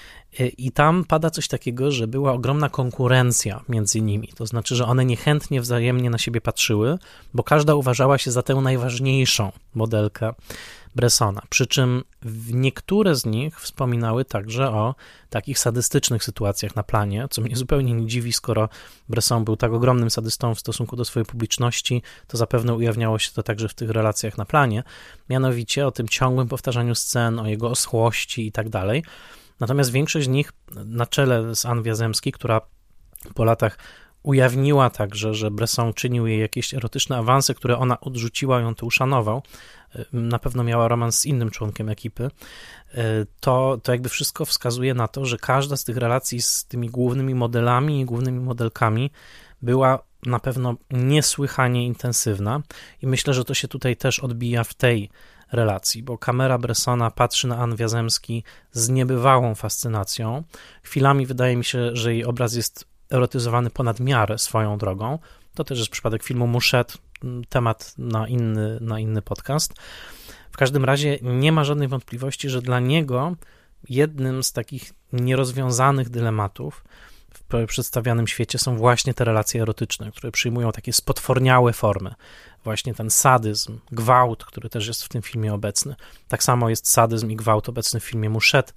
I tam pada coś takiego, że była ogromna konkurencja między nimi, to znaczy, że one niechętnie wzajemnie na siebie patrzyły, bo każda uważała się za tę najważniejszą modelkę Bressona, przy czym niektóre z nich wspominały także o takich sadystycznych sytuacjach na planie, co mnie zupełnie nie dziwi, skoro Bresson był tak ogromnym sadystą w stosunku do swojej publiczności, to zapewne ujawniało się to także w tych relacjach na planie, mianowicie o tym ciągłym powtarzaniu scen, o jego oschłości i tak dalej. Natomiast większość z nich, na czele z Ann Wiazemskiej, która po latach ujawniła także, że Bresson czynił jej jakieś erotyczne awanse, które ona odrzuciła i on to uszanował, na pewno miała romans z innym członkiem ekipy, to, to jakby wszystko wskazuje na to, że każda z tych relacji z tymi głównymi modelami i głównymi modelkami była na pewno niesłychanie intensywna i myślę, że to się tutaj też odbija w tej relacji, bo kamera Bressona patrzy na Ann Wiazemski z niebywałą fascynacją. Chwilami wydaje mi się, że jej obraz jest erotyzowany ponad miarę swoją drogą. To też jest przypadek filmu Muszet, temat na inny, na inny podcast. W każdym razie nie ma żadnej wątpliwości, że dla niego jednym z takich nierozwiązanych dylematów w przedstawianym świecie są właśnie te relacje erotyczne, które przyjmują takie spotworniałe formy. Właśnie ten sadyzm, gwałt, który też jest w tym filmie obecny. Tak samo jest sadyzm i gwałt obecny w filmie Muszet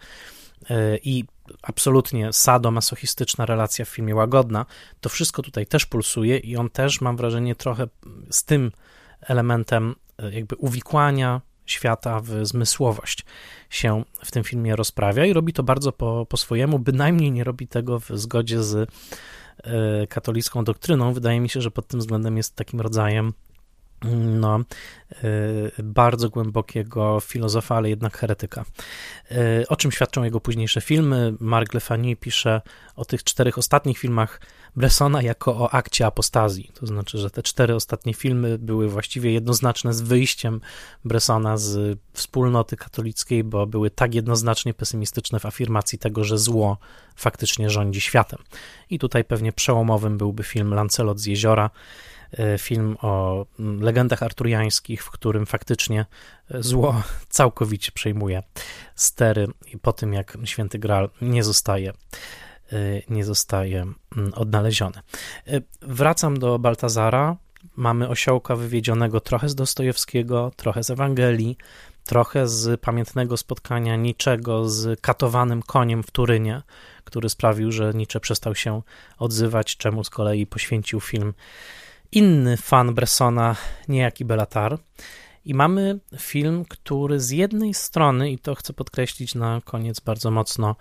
i absolutnie sadomasochistyczna relacja w filmie Łagodna. To wszystko tutaj też pulsuje i on też, mam wrażenie, trochę z tym elementem jakby uwikłania świata w zmysłowość się w tym filmie rozprawia i robi to bardzo po, po swojemu, bynajmniej nie robi tego w zgodzie z y, katolicką doktryną. Wydaje mi się, że pod tym względem jest takim rodzajem no, y, bardzo głębokiego filozofa, ale jednak heretyka. Y, o czym świadczą jego późniejsze filmy? Marc Lefanu pisze o tych czterech ostatnich filmach Bressona jako o akcie apostazji. To znaczy, że te cztery ostatnie filmy były właściwie jednoznaczne z wyjściem Bressona z wspólnoty katolickiej, bo były tak jednoznacznie pesymistyczne w afirmacji tego, że zło faktycznie rządzi światem. I tutaj pewnie przełomowym byłby film Lancelot z jeziora, film o legendach arturiańskich, w którym faktycznie zło całkowicie przejmuje stery i po tym, jak Święty Graal nie zostaje, nie zostaje odnaleziony. Wracam do Baltazara. Mamy osiołka wywiedzionego trochę z Dostojewskiego, trochę z Ewangelii, trochę z pamiętnego spotkania Nietzschego z katowanym koniem w Turynie, który sprawił, że Nietzsche przestał się odzywać, czemu z kolei poświęcił film inny fan Bressona, niejaki Bellatar. I mamy film, który z jednej strony, i to chcę podkreślić na koniec bardzo mocno,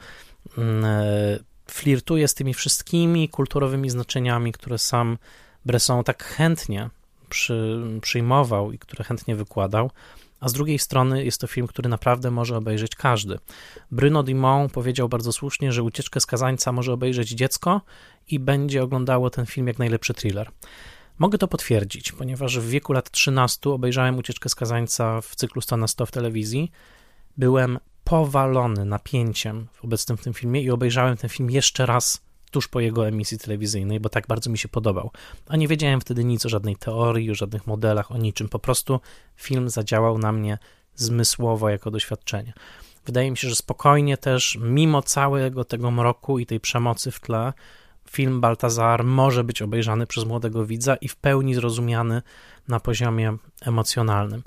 flirtuje z tymi wszystkimi kulturowymi znaczeniami, które sam Bresson tak chętnie przy, przyjmował i które chętnie wykładał, a z drugiej strony jest to film, który naprawdę może obejrzeć każdy. Bruno Dumont powiedział bardzo słusznie, że Ucieczkę skazańca może obejrzeć dziecko i będzie oglądało ten film jak najlepszy thriller. Mogę to potwierdzić, ponieważ w wieku lat trzynastu obejrzałem Ucieczkę skazańca w cyklu sto na sto w telewizji. Byłem powalony napięciem obecnym w tym filmie i obejrzałem ten film jeszcze raz tuż po jego emisji telewizyjnej, bo tak bardzo mi się podobał. A nie wiedziałem wtedy nic o żadnej teorii, o żadnych modelach, o niczym. Po prostu film zadziałał na mnie zmysłowo jako doświadczenie. Wydaje mi się, że spokojnie też, mimo całego tego mroku i tej przemocy w tle, film Baltazar może być obejrzany przez młodego widza i w pełni zrozumiany na poziomie emocjonalnym.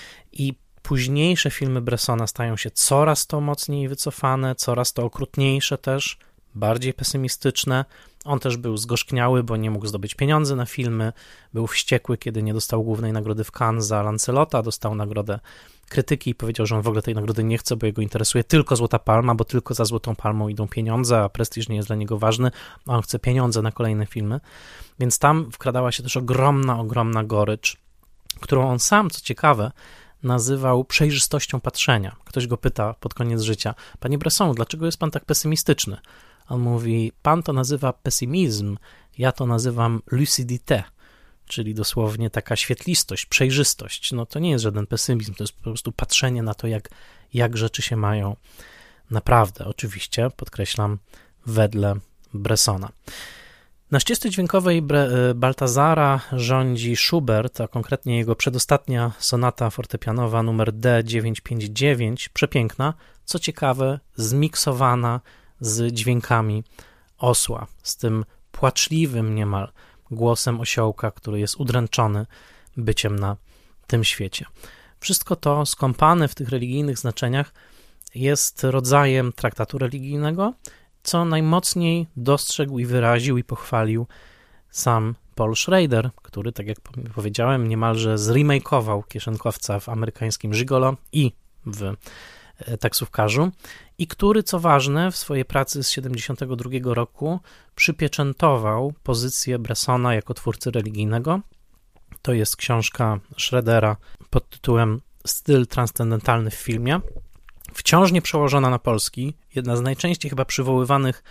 I późniejsze filmy Bressona stają się coraz to mocniej wycofane, coraz to okrutniejsze też, bardziej pesymistyczne. On też był zgorzkniały, bo nie mógł zdobyć pieniędzy na filmy, był wściekły, kiedy nie dostał głównej nagrody w Cannes za Lancelota, dostał nagrodę krytyki i powiedział, że on w ogóle tej nagrody nie chce, bo jego interesuje tylko Złota Palma, bo tylko za Złotą Palmą idą pieniądze, a prestiż nie jest dla niego ważny, a on chce pieniądze na kolejne filmy. Więc tam wkradała się też ogromna, ogromna gorycz, którą on sam, co ciekawe, nazywał przejrzystością patrzenia. Ktoś go pyta pod koniec życia: panie Bresson, dlaczego jest pan tak pesymistyczny? On mówi: pan to nazywa pesymizm, ja to nazywam lucidité, czyli dosłownie taka świetlistość, przejrzystość. No to nie jest żaden pesymizm, to jest po prostu patrzenie na to, jak, jak rzeczy się mają naprawdę. Oczywiście, podkreślam, wedle Bressona. Na ścieżce dźwiękowej Baltazara rządzi Schubert, a konkretnie jego przedostatnia sonata fortepianowa numer D dziewięćset pięćdziesiąt dziewięć, przepiękna, co ciekawe, zmiksowana z dźwiękami osła, z tym płaczliwym niemal głosem osiołka, który jest udręczony byciem na tym świecie. Wszystko to skąpane w tych religijnych znaczeniach jest rodzajem traktatu religijnego, co najmocniej dostrzegł i wyraził i pochwalił sam Paul Schrader, który, tak jak powiedziałem, niemalże zremakeował Kieszonkowca w amerykańskim Gigolo i w Taksówkarzu i który, co ważne, w swojej pracy z siedemdziesiątego drugiego roku przypieczętował pozycję Bressona jako twórcy religijnego. To jest książka Schradera pod tytułem Styl transcendentalny w filmie. Wciąż nie przełożona na polski, jedna z najczęściej chyba przywoływanych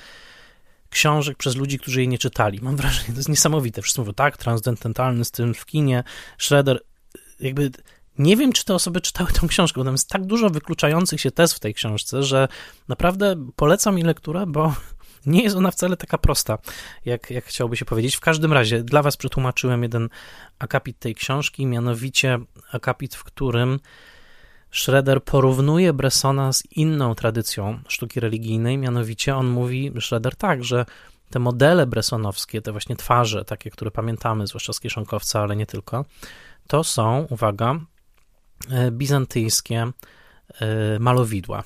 książek przez ludzi, którzy jej nie czytali. Mam wrażenie, to jest niesamowite. Wszyscy mówią, tak, transcendentalny styl w kinie, Schrader, jakby nie wiem, czy te osoby czytały tę książkę, bo tam jest tak dużo wykluczających się tez w tej książce, że naprawdę polecam jej lekturę, bo nie jest ona wcale taka prosta, jak, jak chciałoby się powiedzieć. W każdym razie dla was przetłumaczyłem jeden akapit tej książki, mianowicie akapit, w którym Schrader porównuje Bressona z inną tradycją sztuki religijnej, mianowicie on mówi, Schrader, tak, że te modele bressonowskie, te właśnie twarze, takie, które pamiętamy, zwłaszcza z Kieszonkowca, ale nie tylko, to są, uwaga, bizantyjskie malowidła.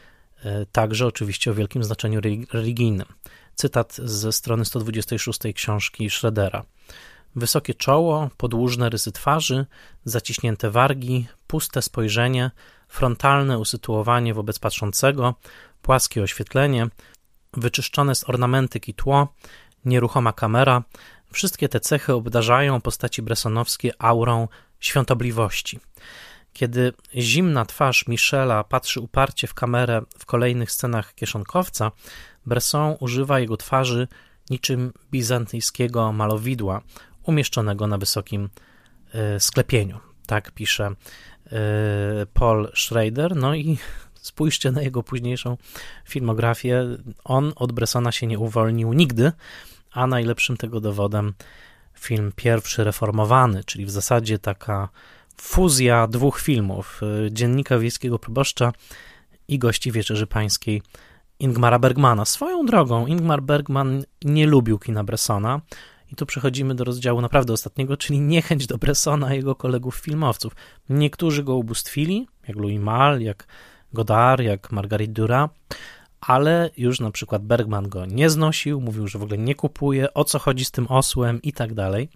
Także oczywiście o wielkim znaczeniu religijnym. Cytat ze strony sto dwudziestej szóstej książki Schradera. Wysokie czoło, podłużne rysy twarzy, zaciśnięte wargi, puste spojrzenie, frontalne usytuowanie wobec patrzącego, płaskie oświetlenie, wyczyszczone z ornamentyki tło, nieruchoma kamera. Wszystkie te cechy obdarzają postaci bresonowskie aurą świątobliwości. Kiedy zimna twarz Michela patrzy uparcie w kamerę w kolejnych scenach Kieszonkowca, Bresson używa jego twarzy niczym bizantyjskiego malowidła umieszczonego na wysokim y, sklepieniu. Tak pisze y, Paul Schrader. No i spójrzcie na jego późniejszą filmografię. On od Bressona się nie uwolnił nigdy, a najlepszym tego dowodem film Pierwszy reformowany, czyli w zasadzie taka fuzja dwóch filmów, Dziennika Wiejskiego Proboszcza i Gości Wieczerzy Pańskiej Ingmara Bergmana. Swoją drogą, Ingmar Bergman nie lubił kina Bressona i tu przechodzimy do rozdziału naprawdę ostatniego, czyli niechęć do Bressona i jego kolegów filmowców. Niektórzy go ubóstwili, jak Louis Malle, jak Godard, jak Marguerite Duras, ale już na przykład Bergman go nie znosił, mówił, że w ogóle nie kupuje, o co chodzi z tym osłem i tak dalej.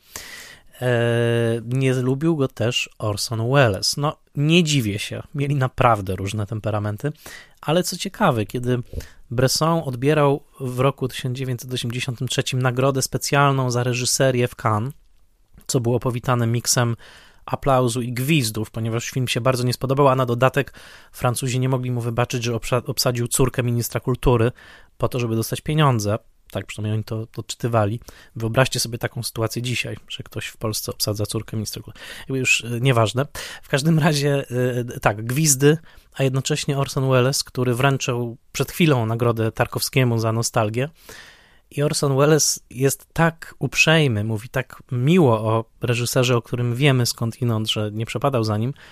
Nie lubił go też Orson Welles. No, nie dziwię się, mieli naprawdę różne temperamenty, ale co ciekawe, kiedy Bresson odbierał w roku tysiąc dziewięćset osiemdziesiątym trzecim nagrodę specjalną za reżyserię w Cannes, co było powitane miksem aplauzu i gwizdów, ponieważ film się bardzo nie spodobał, a na dodatek Francuzi nie mogli mu wybaczyć, że obsadził córkę ministra kultury po to, żeby dostać pieniądze. Tak przynajmniej oni to odczytywali. Wyobraźcie sobie taką sytuację dzisiaj, że ktoś w Polsce obsadza córkę ministra kultury. Jakby już nieważne. W każdym razie tak, gwizdy, a jednocześnie Orson Welles, który wręczył przed chwilą nagrodę Tarkowskiemu za nostalgię. I Orson Welles jest tak uprzejmy, mówi tak miło o reżyserze, o którym wiemy skądinąd, że nie przepadał za nim,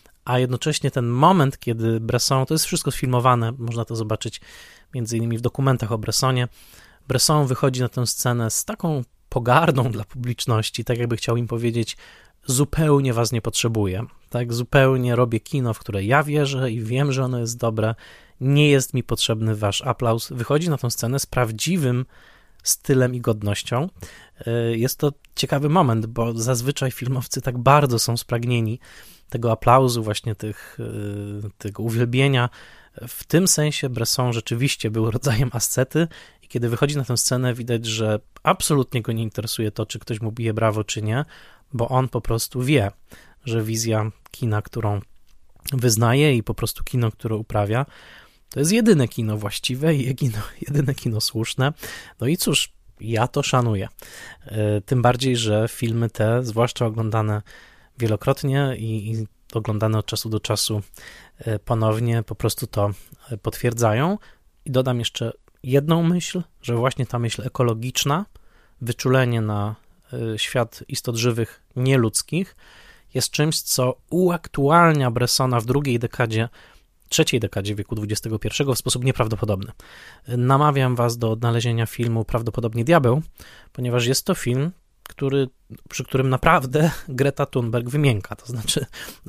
a jednocześnie ten moment, kiedy Bresson, to jest wszystko sfilmowane, można to zobaczyć między innymi w dokumentach o Bressonie, Bresson wychodzi na tę scenę z taką pogardą dla publiczności, tak jakby chciał im powiedzieć, zupełnie was nie potrzebuję, tak, zupełnie robię kino, w które ja wierzę i wiem, że ono jest dobre, nie jest mi potrzebny wasz aplauz. Wychodzi na tę scenę z prawdziwym stylem i godnością. Jest to ciekawy moment, bo zazwyczaj filmowcy tak bardzo są spragnieni tego aplauzu, właśnie tych, tego uwielbienia. W tym sensie Bresson rzeczywiście był rodzajem ascety i kiedy wychodzi na tę scenę, widać, że absolutnie go nie interesuje to, czy ktoś mu bije brawo, czy nie, bo on po prostu wie, że wizja kina, którą wyznaje i po prostu kino, które uprawia, to jest jedyne kino właściwe i jedyne kino słuszne. No i cóż, ja to szanuję. Tym bardziej, że filmy te, zwłaszcza oglądane wielokrotnie i, i oglądane od czasu do czasu ponownie, po prostu to potwierdzają. I dodam jeszcze jedną myśl, że właśnie ta myśl ekologiczna, wyczulenie na świat istot żywych nieludzkich jest czymś, co uaktualnia Bressona w drugiej dekadzie, trzeciej dekadzie wieku dwudziestego pierwszego w sposób nieprawdopodobny. Namawiam was do odnalezienia filmu Prawdopodobnie Diabeł, ponieważ jest to film, który, przy którym naprawdę Greta Thunberg wymięka. To znaczy,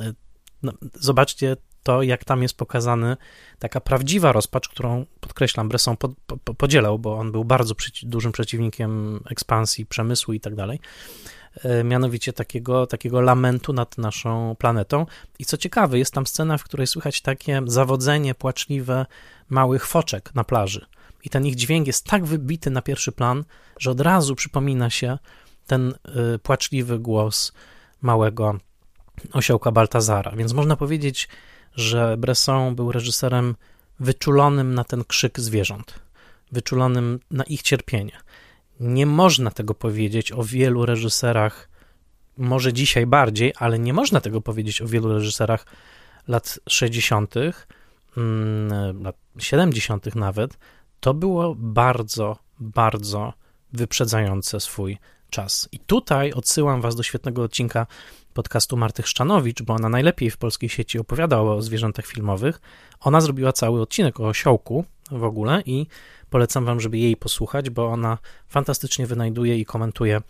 no, zobaczcie to, jak tam jest pokazany taka prawdziwa rozpacz, którą, podkreślam, Bresson pod, po, podzielał, bo on był bardzo przeci- dużym przeciwnikiem ekspansji przemysłu i tak dalej. Mianowicie takiego, takiego lamentu nad naszą planetą. I co ciekawe, jest tam scena, w której słychać takie zawodzenie płaczliwe małych foczek na plaży. I ten ich dźwięk jest tak wybity na pierwszy plan, że od razu przypomina się ten y, płaczliwy głos małego osiołka Baltazara. Więc można powiedzieć, że Bresson był reżyserem wyczulonym na ten krzyk zwierząt, wyczulonym na ich cierpienie. Nie można tego powiedzieć o wielu reżyserach, może dzisiaj bardziej, ale nie można tego powiedzieć o wielu reżyserach lat sześćdziesiątych, lat siedemdziesiątych nawet. To było bardzo, bardzo wyprzedzające swój czas. I tutaj odsyłam was do świetnego odcinka podcastu Marty Chrzanowicz, bo ona najlepiej w polskiej sieci opowiadała o zwierzętach filmowych. Ona zrobiła cały odcinek o osiołku w ogóle i polecam wam, żeby jej posłuchać, bo ona fantastycznie wynajduje i komentuje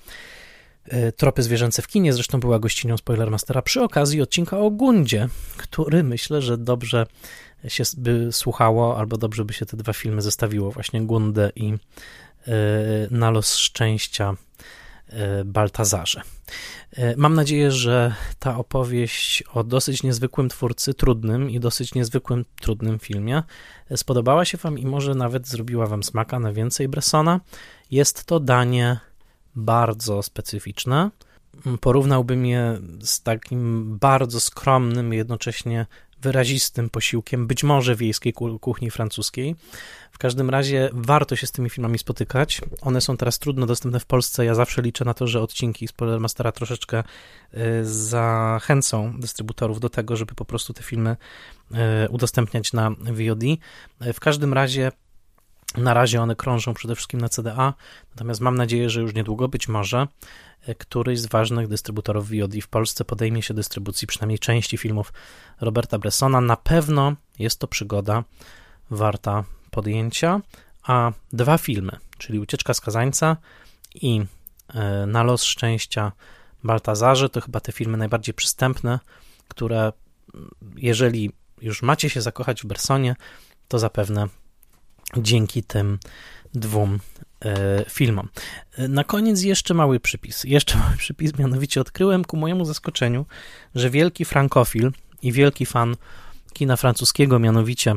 tropy zwierzęce w kinie. Zresztą była gościnią Spoilermastera przy okazji odcinka o Gundzie, który myślę, że dobrze się by słuchało, albo dobrze by się te dwa filmy zestawiło, właśnie Gundę i Na los szczęścia Baltazarze. Mam nadzieję, że ta opowieść o dosyć niezwykłym twórcy, trudnym i dosyć niezwykłym, trudnym filmie spodobała się wam i może nawet zrobiła wam smaka na więcej Bressona. Jest to danie bardzo specyficzne. Porównałbym je z takim bardzo skromnym, jednocześnie wyrazistym posiłkiem, być może wiejskiej kuchni francuskiej. W każdym razie warto się z tymi filmami spotykać. One są teraz trudno dostępne w Polsce. Ja zawsze liczę na to, że odcinki Spoilermastera troszeczkę zachęcą dystrybutorów do tego, żeby po prostu te filmy udostępniać na V O D. W każdym razie na razie one krążą przede wszystkim na C D A, natomiast mam nadzieję, że już niedługo, być może, któryś z ważnych dystrybutorów V O D w Polsce podejmie się dystrybucji przynajmniej części filmów Roberta Bressona. Na pewno jest to przygoda warta podjęcia, a dwa filmy, czyli Ucieczka Skazańca i Na los szczęścia Baltazarze, to chyba te filmy najbardziej przystępne, które jeżeli już macie się zakochać w Bressonie, to zapewne dzięki tym dwóm e, filmom. Na koniec jeszcze mały przypis. Jeszcze mały przypis, mianowicie odkryłem ku mojemu zaskoczeniu, że wielki frankofil i wielki fan kina francuskiego, mianowicie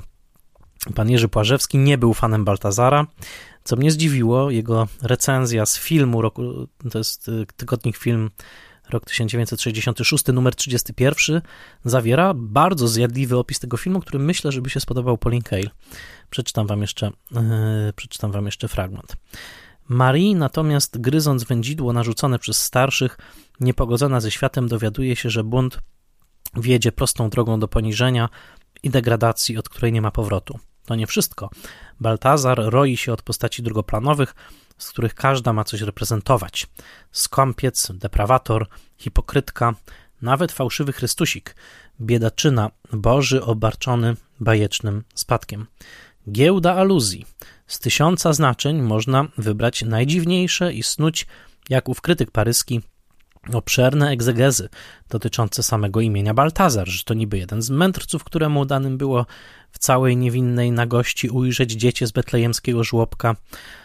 pan Jerzy Płażewski, nie był fanem Baltazara, co mnie zdziwiło. Jego recenzja z filmu, roku, to jest tygodnik Film, rok tysiąc dziewięćset sześćdziesiąty szósty, numer trzydziesty pierwszy, zawiera bardzo zjadliwy opis tego filmu, który myślę, żeby się spodobał Pauline Kael. Przeczytam wam jeszcze, yy, przeczytam wam jeszcze fragment. Marie natomiast, gryząc wędzidło narzucone przez starszych, niepogodzona ze światem, dowiaduje się, że bunt wiedzie prostą drogą do poniżenia i degradacji, od której nie ma powrotu. To nie wszystko. Baltazar roi się od postaci drugoplanowych, z których każda ma coś reprezentować. Skąpiec, deprawator, hipokrytka, nawet fałszywy Chrystusik, biedaczyna, Boży obarczony bajecznym spadkiem. Giełda aluzji. Z tysiąca znaczeń można wybrać najdziwniejsze i snuć, jak ów krytyk paryski, obszerne egzegezy dotyczące samego imienia Baltazar, że to niby jeden z mędrców, któremu danym było w całej niewinnej nagości ujrzeć dziecię z betlejemskiego żłobka.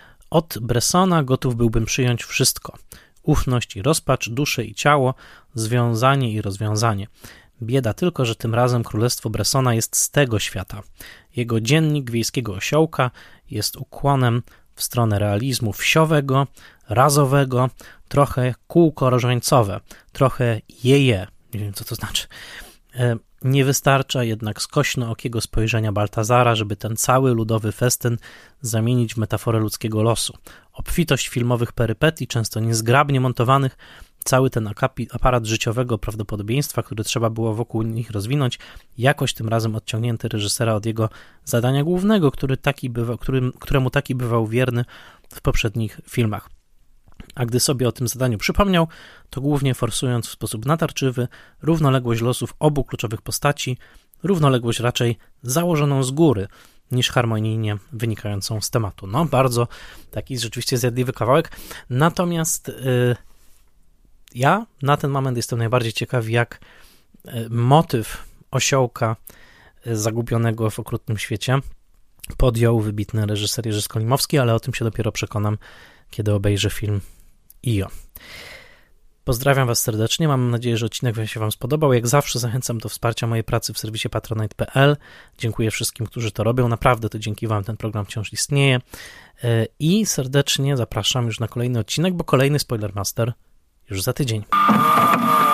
Od Bressona gotów byłbym przyjąć wszystko. Ufność i rozpacz, duszę i ciało, związanie i rozwiązanie. Bieda tylko, że tym razem królestwo Bressona jest z tego świata. Jego dziennik wiejskiego osiołka jest ukłonem w stronę realizmu wsiowego, razowego, trochę kółko-rożańcowe, trochę jeje, nie wiem co to znaczy. Nie wystarcza jednak skośnookiego spojrzenia Baltazara, żeby ten cały ludowy festyn zamienić w metaforę ludzkiego losu. Obfitość filmowych perypetii, często niezgrabnie montowanych, cały ten aparat życiowego prawdopodobieństwa, który trzeba było wokół nich rozwinąć, jakoś tym razem odciągnięty reżysera od jego zadania głównego, który taki bywa, którym, któremu taki bywał wierny w poprzednich filmach. A gdy sobie o tym zadaniu przypomniał, to głównie forsując w sposób natarczywy równoległość losów obu kluczowych postaci, równoległość raczej założoną z góry, niż harmonijnie wynikającą z tematu. No, bardzo taki rzeczywiście zjadliwy kawałek. Natomiast yy, ja na ten moment jestem najbardziej ciekaw, jak yy, motyw osiołka yy, zagubionego w okrutnym świecie podjął wybitny reżyser Jerzy Skolimowski, ale o tym się dopiero przekonam, kiedy obejrzę film I O. Pozdrawiam was serdecznie, mam nadzieję, że odcinek się wam spodobał. Jak zawsze zachęcam do wsparcia mojej pracy w serwisie patronite kropka p l. Dziękuję wszystkim, którzy to robią. Naprawdę to dzięki wam ten program wciąż istnieje. I serdecznie zapraszam już na kolejny odcinek, bo kolejny Spoilermaster już za tydzień.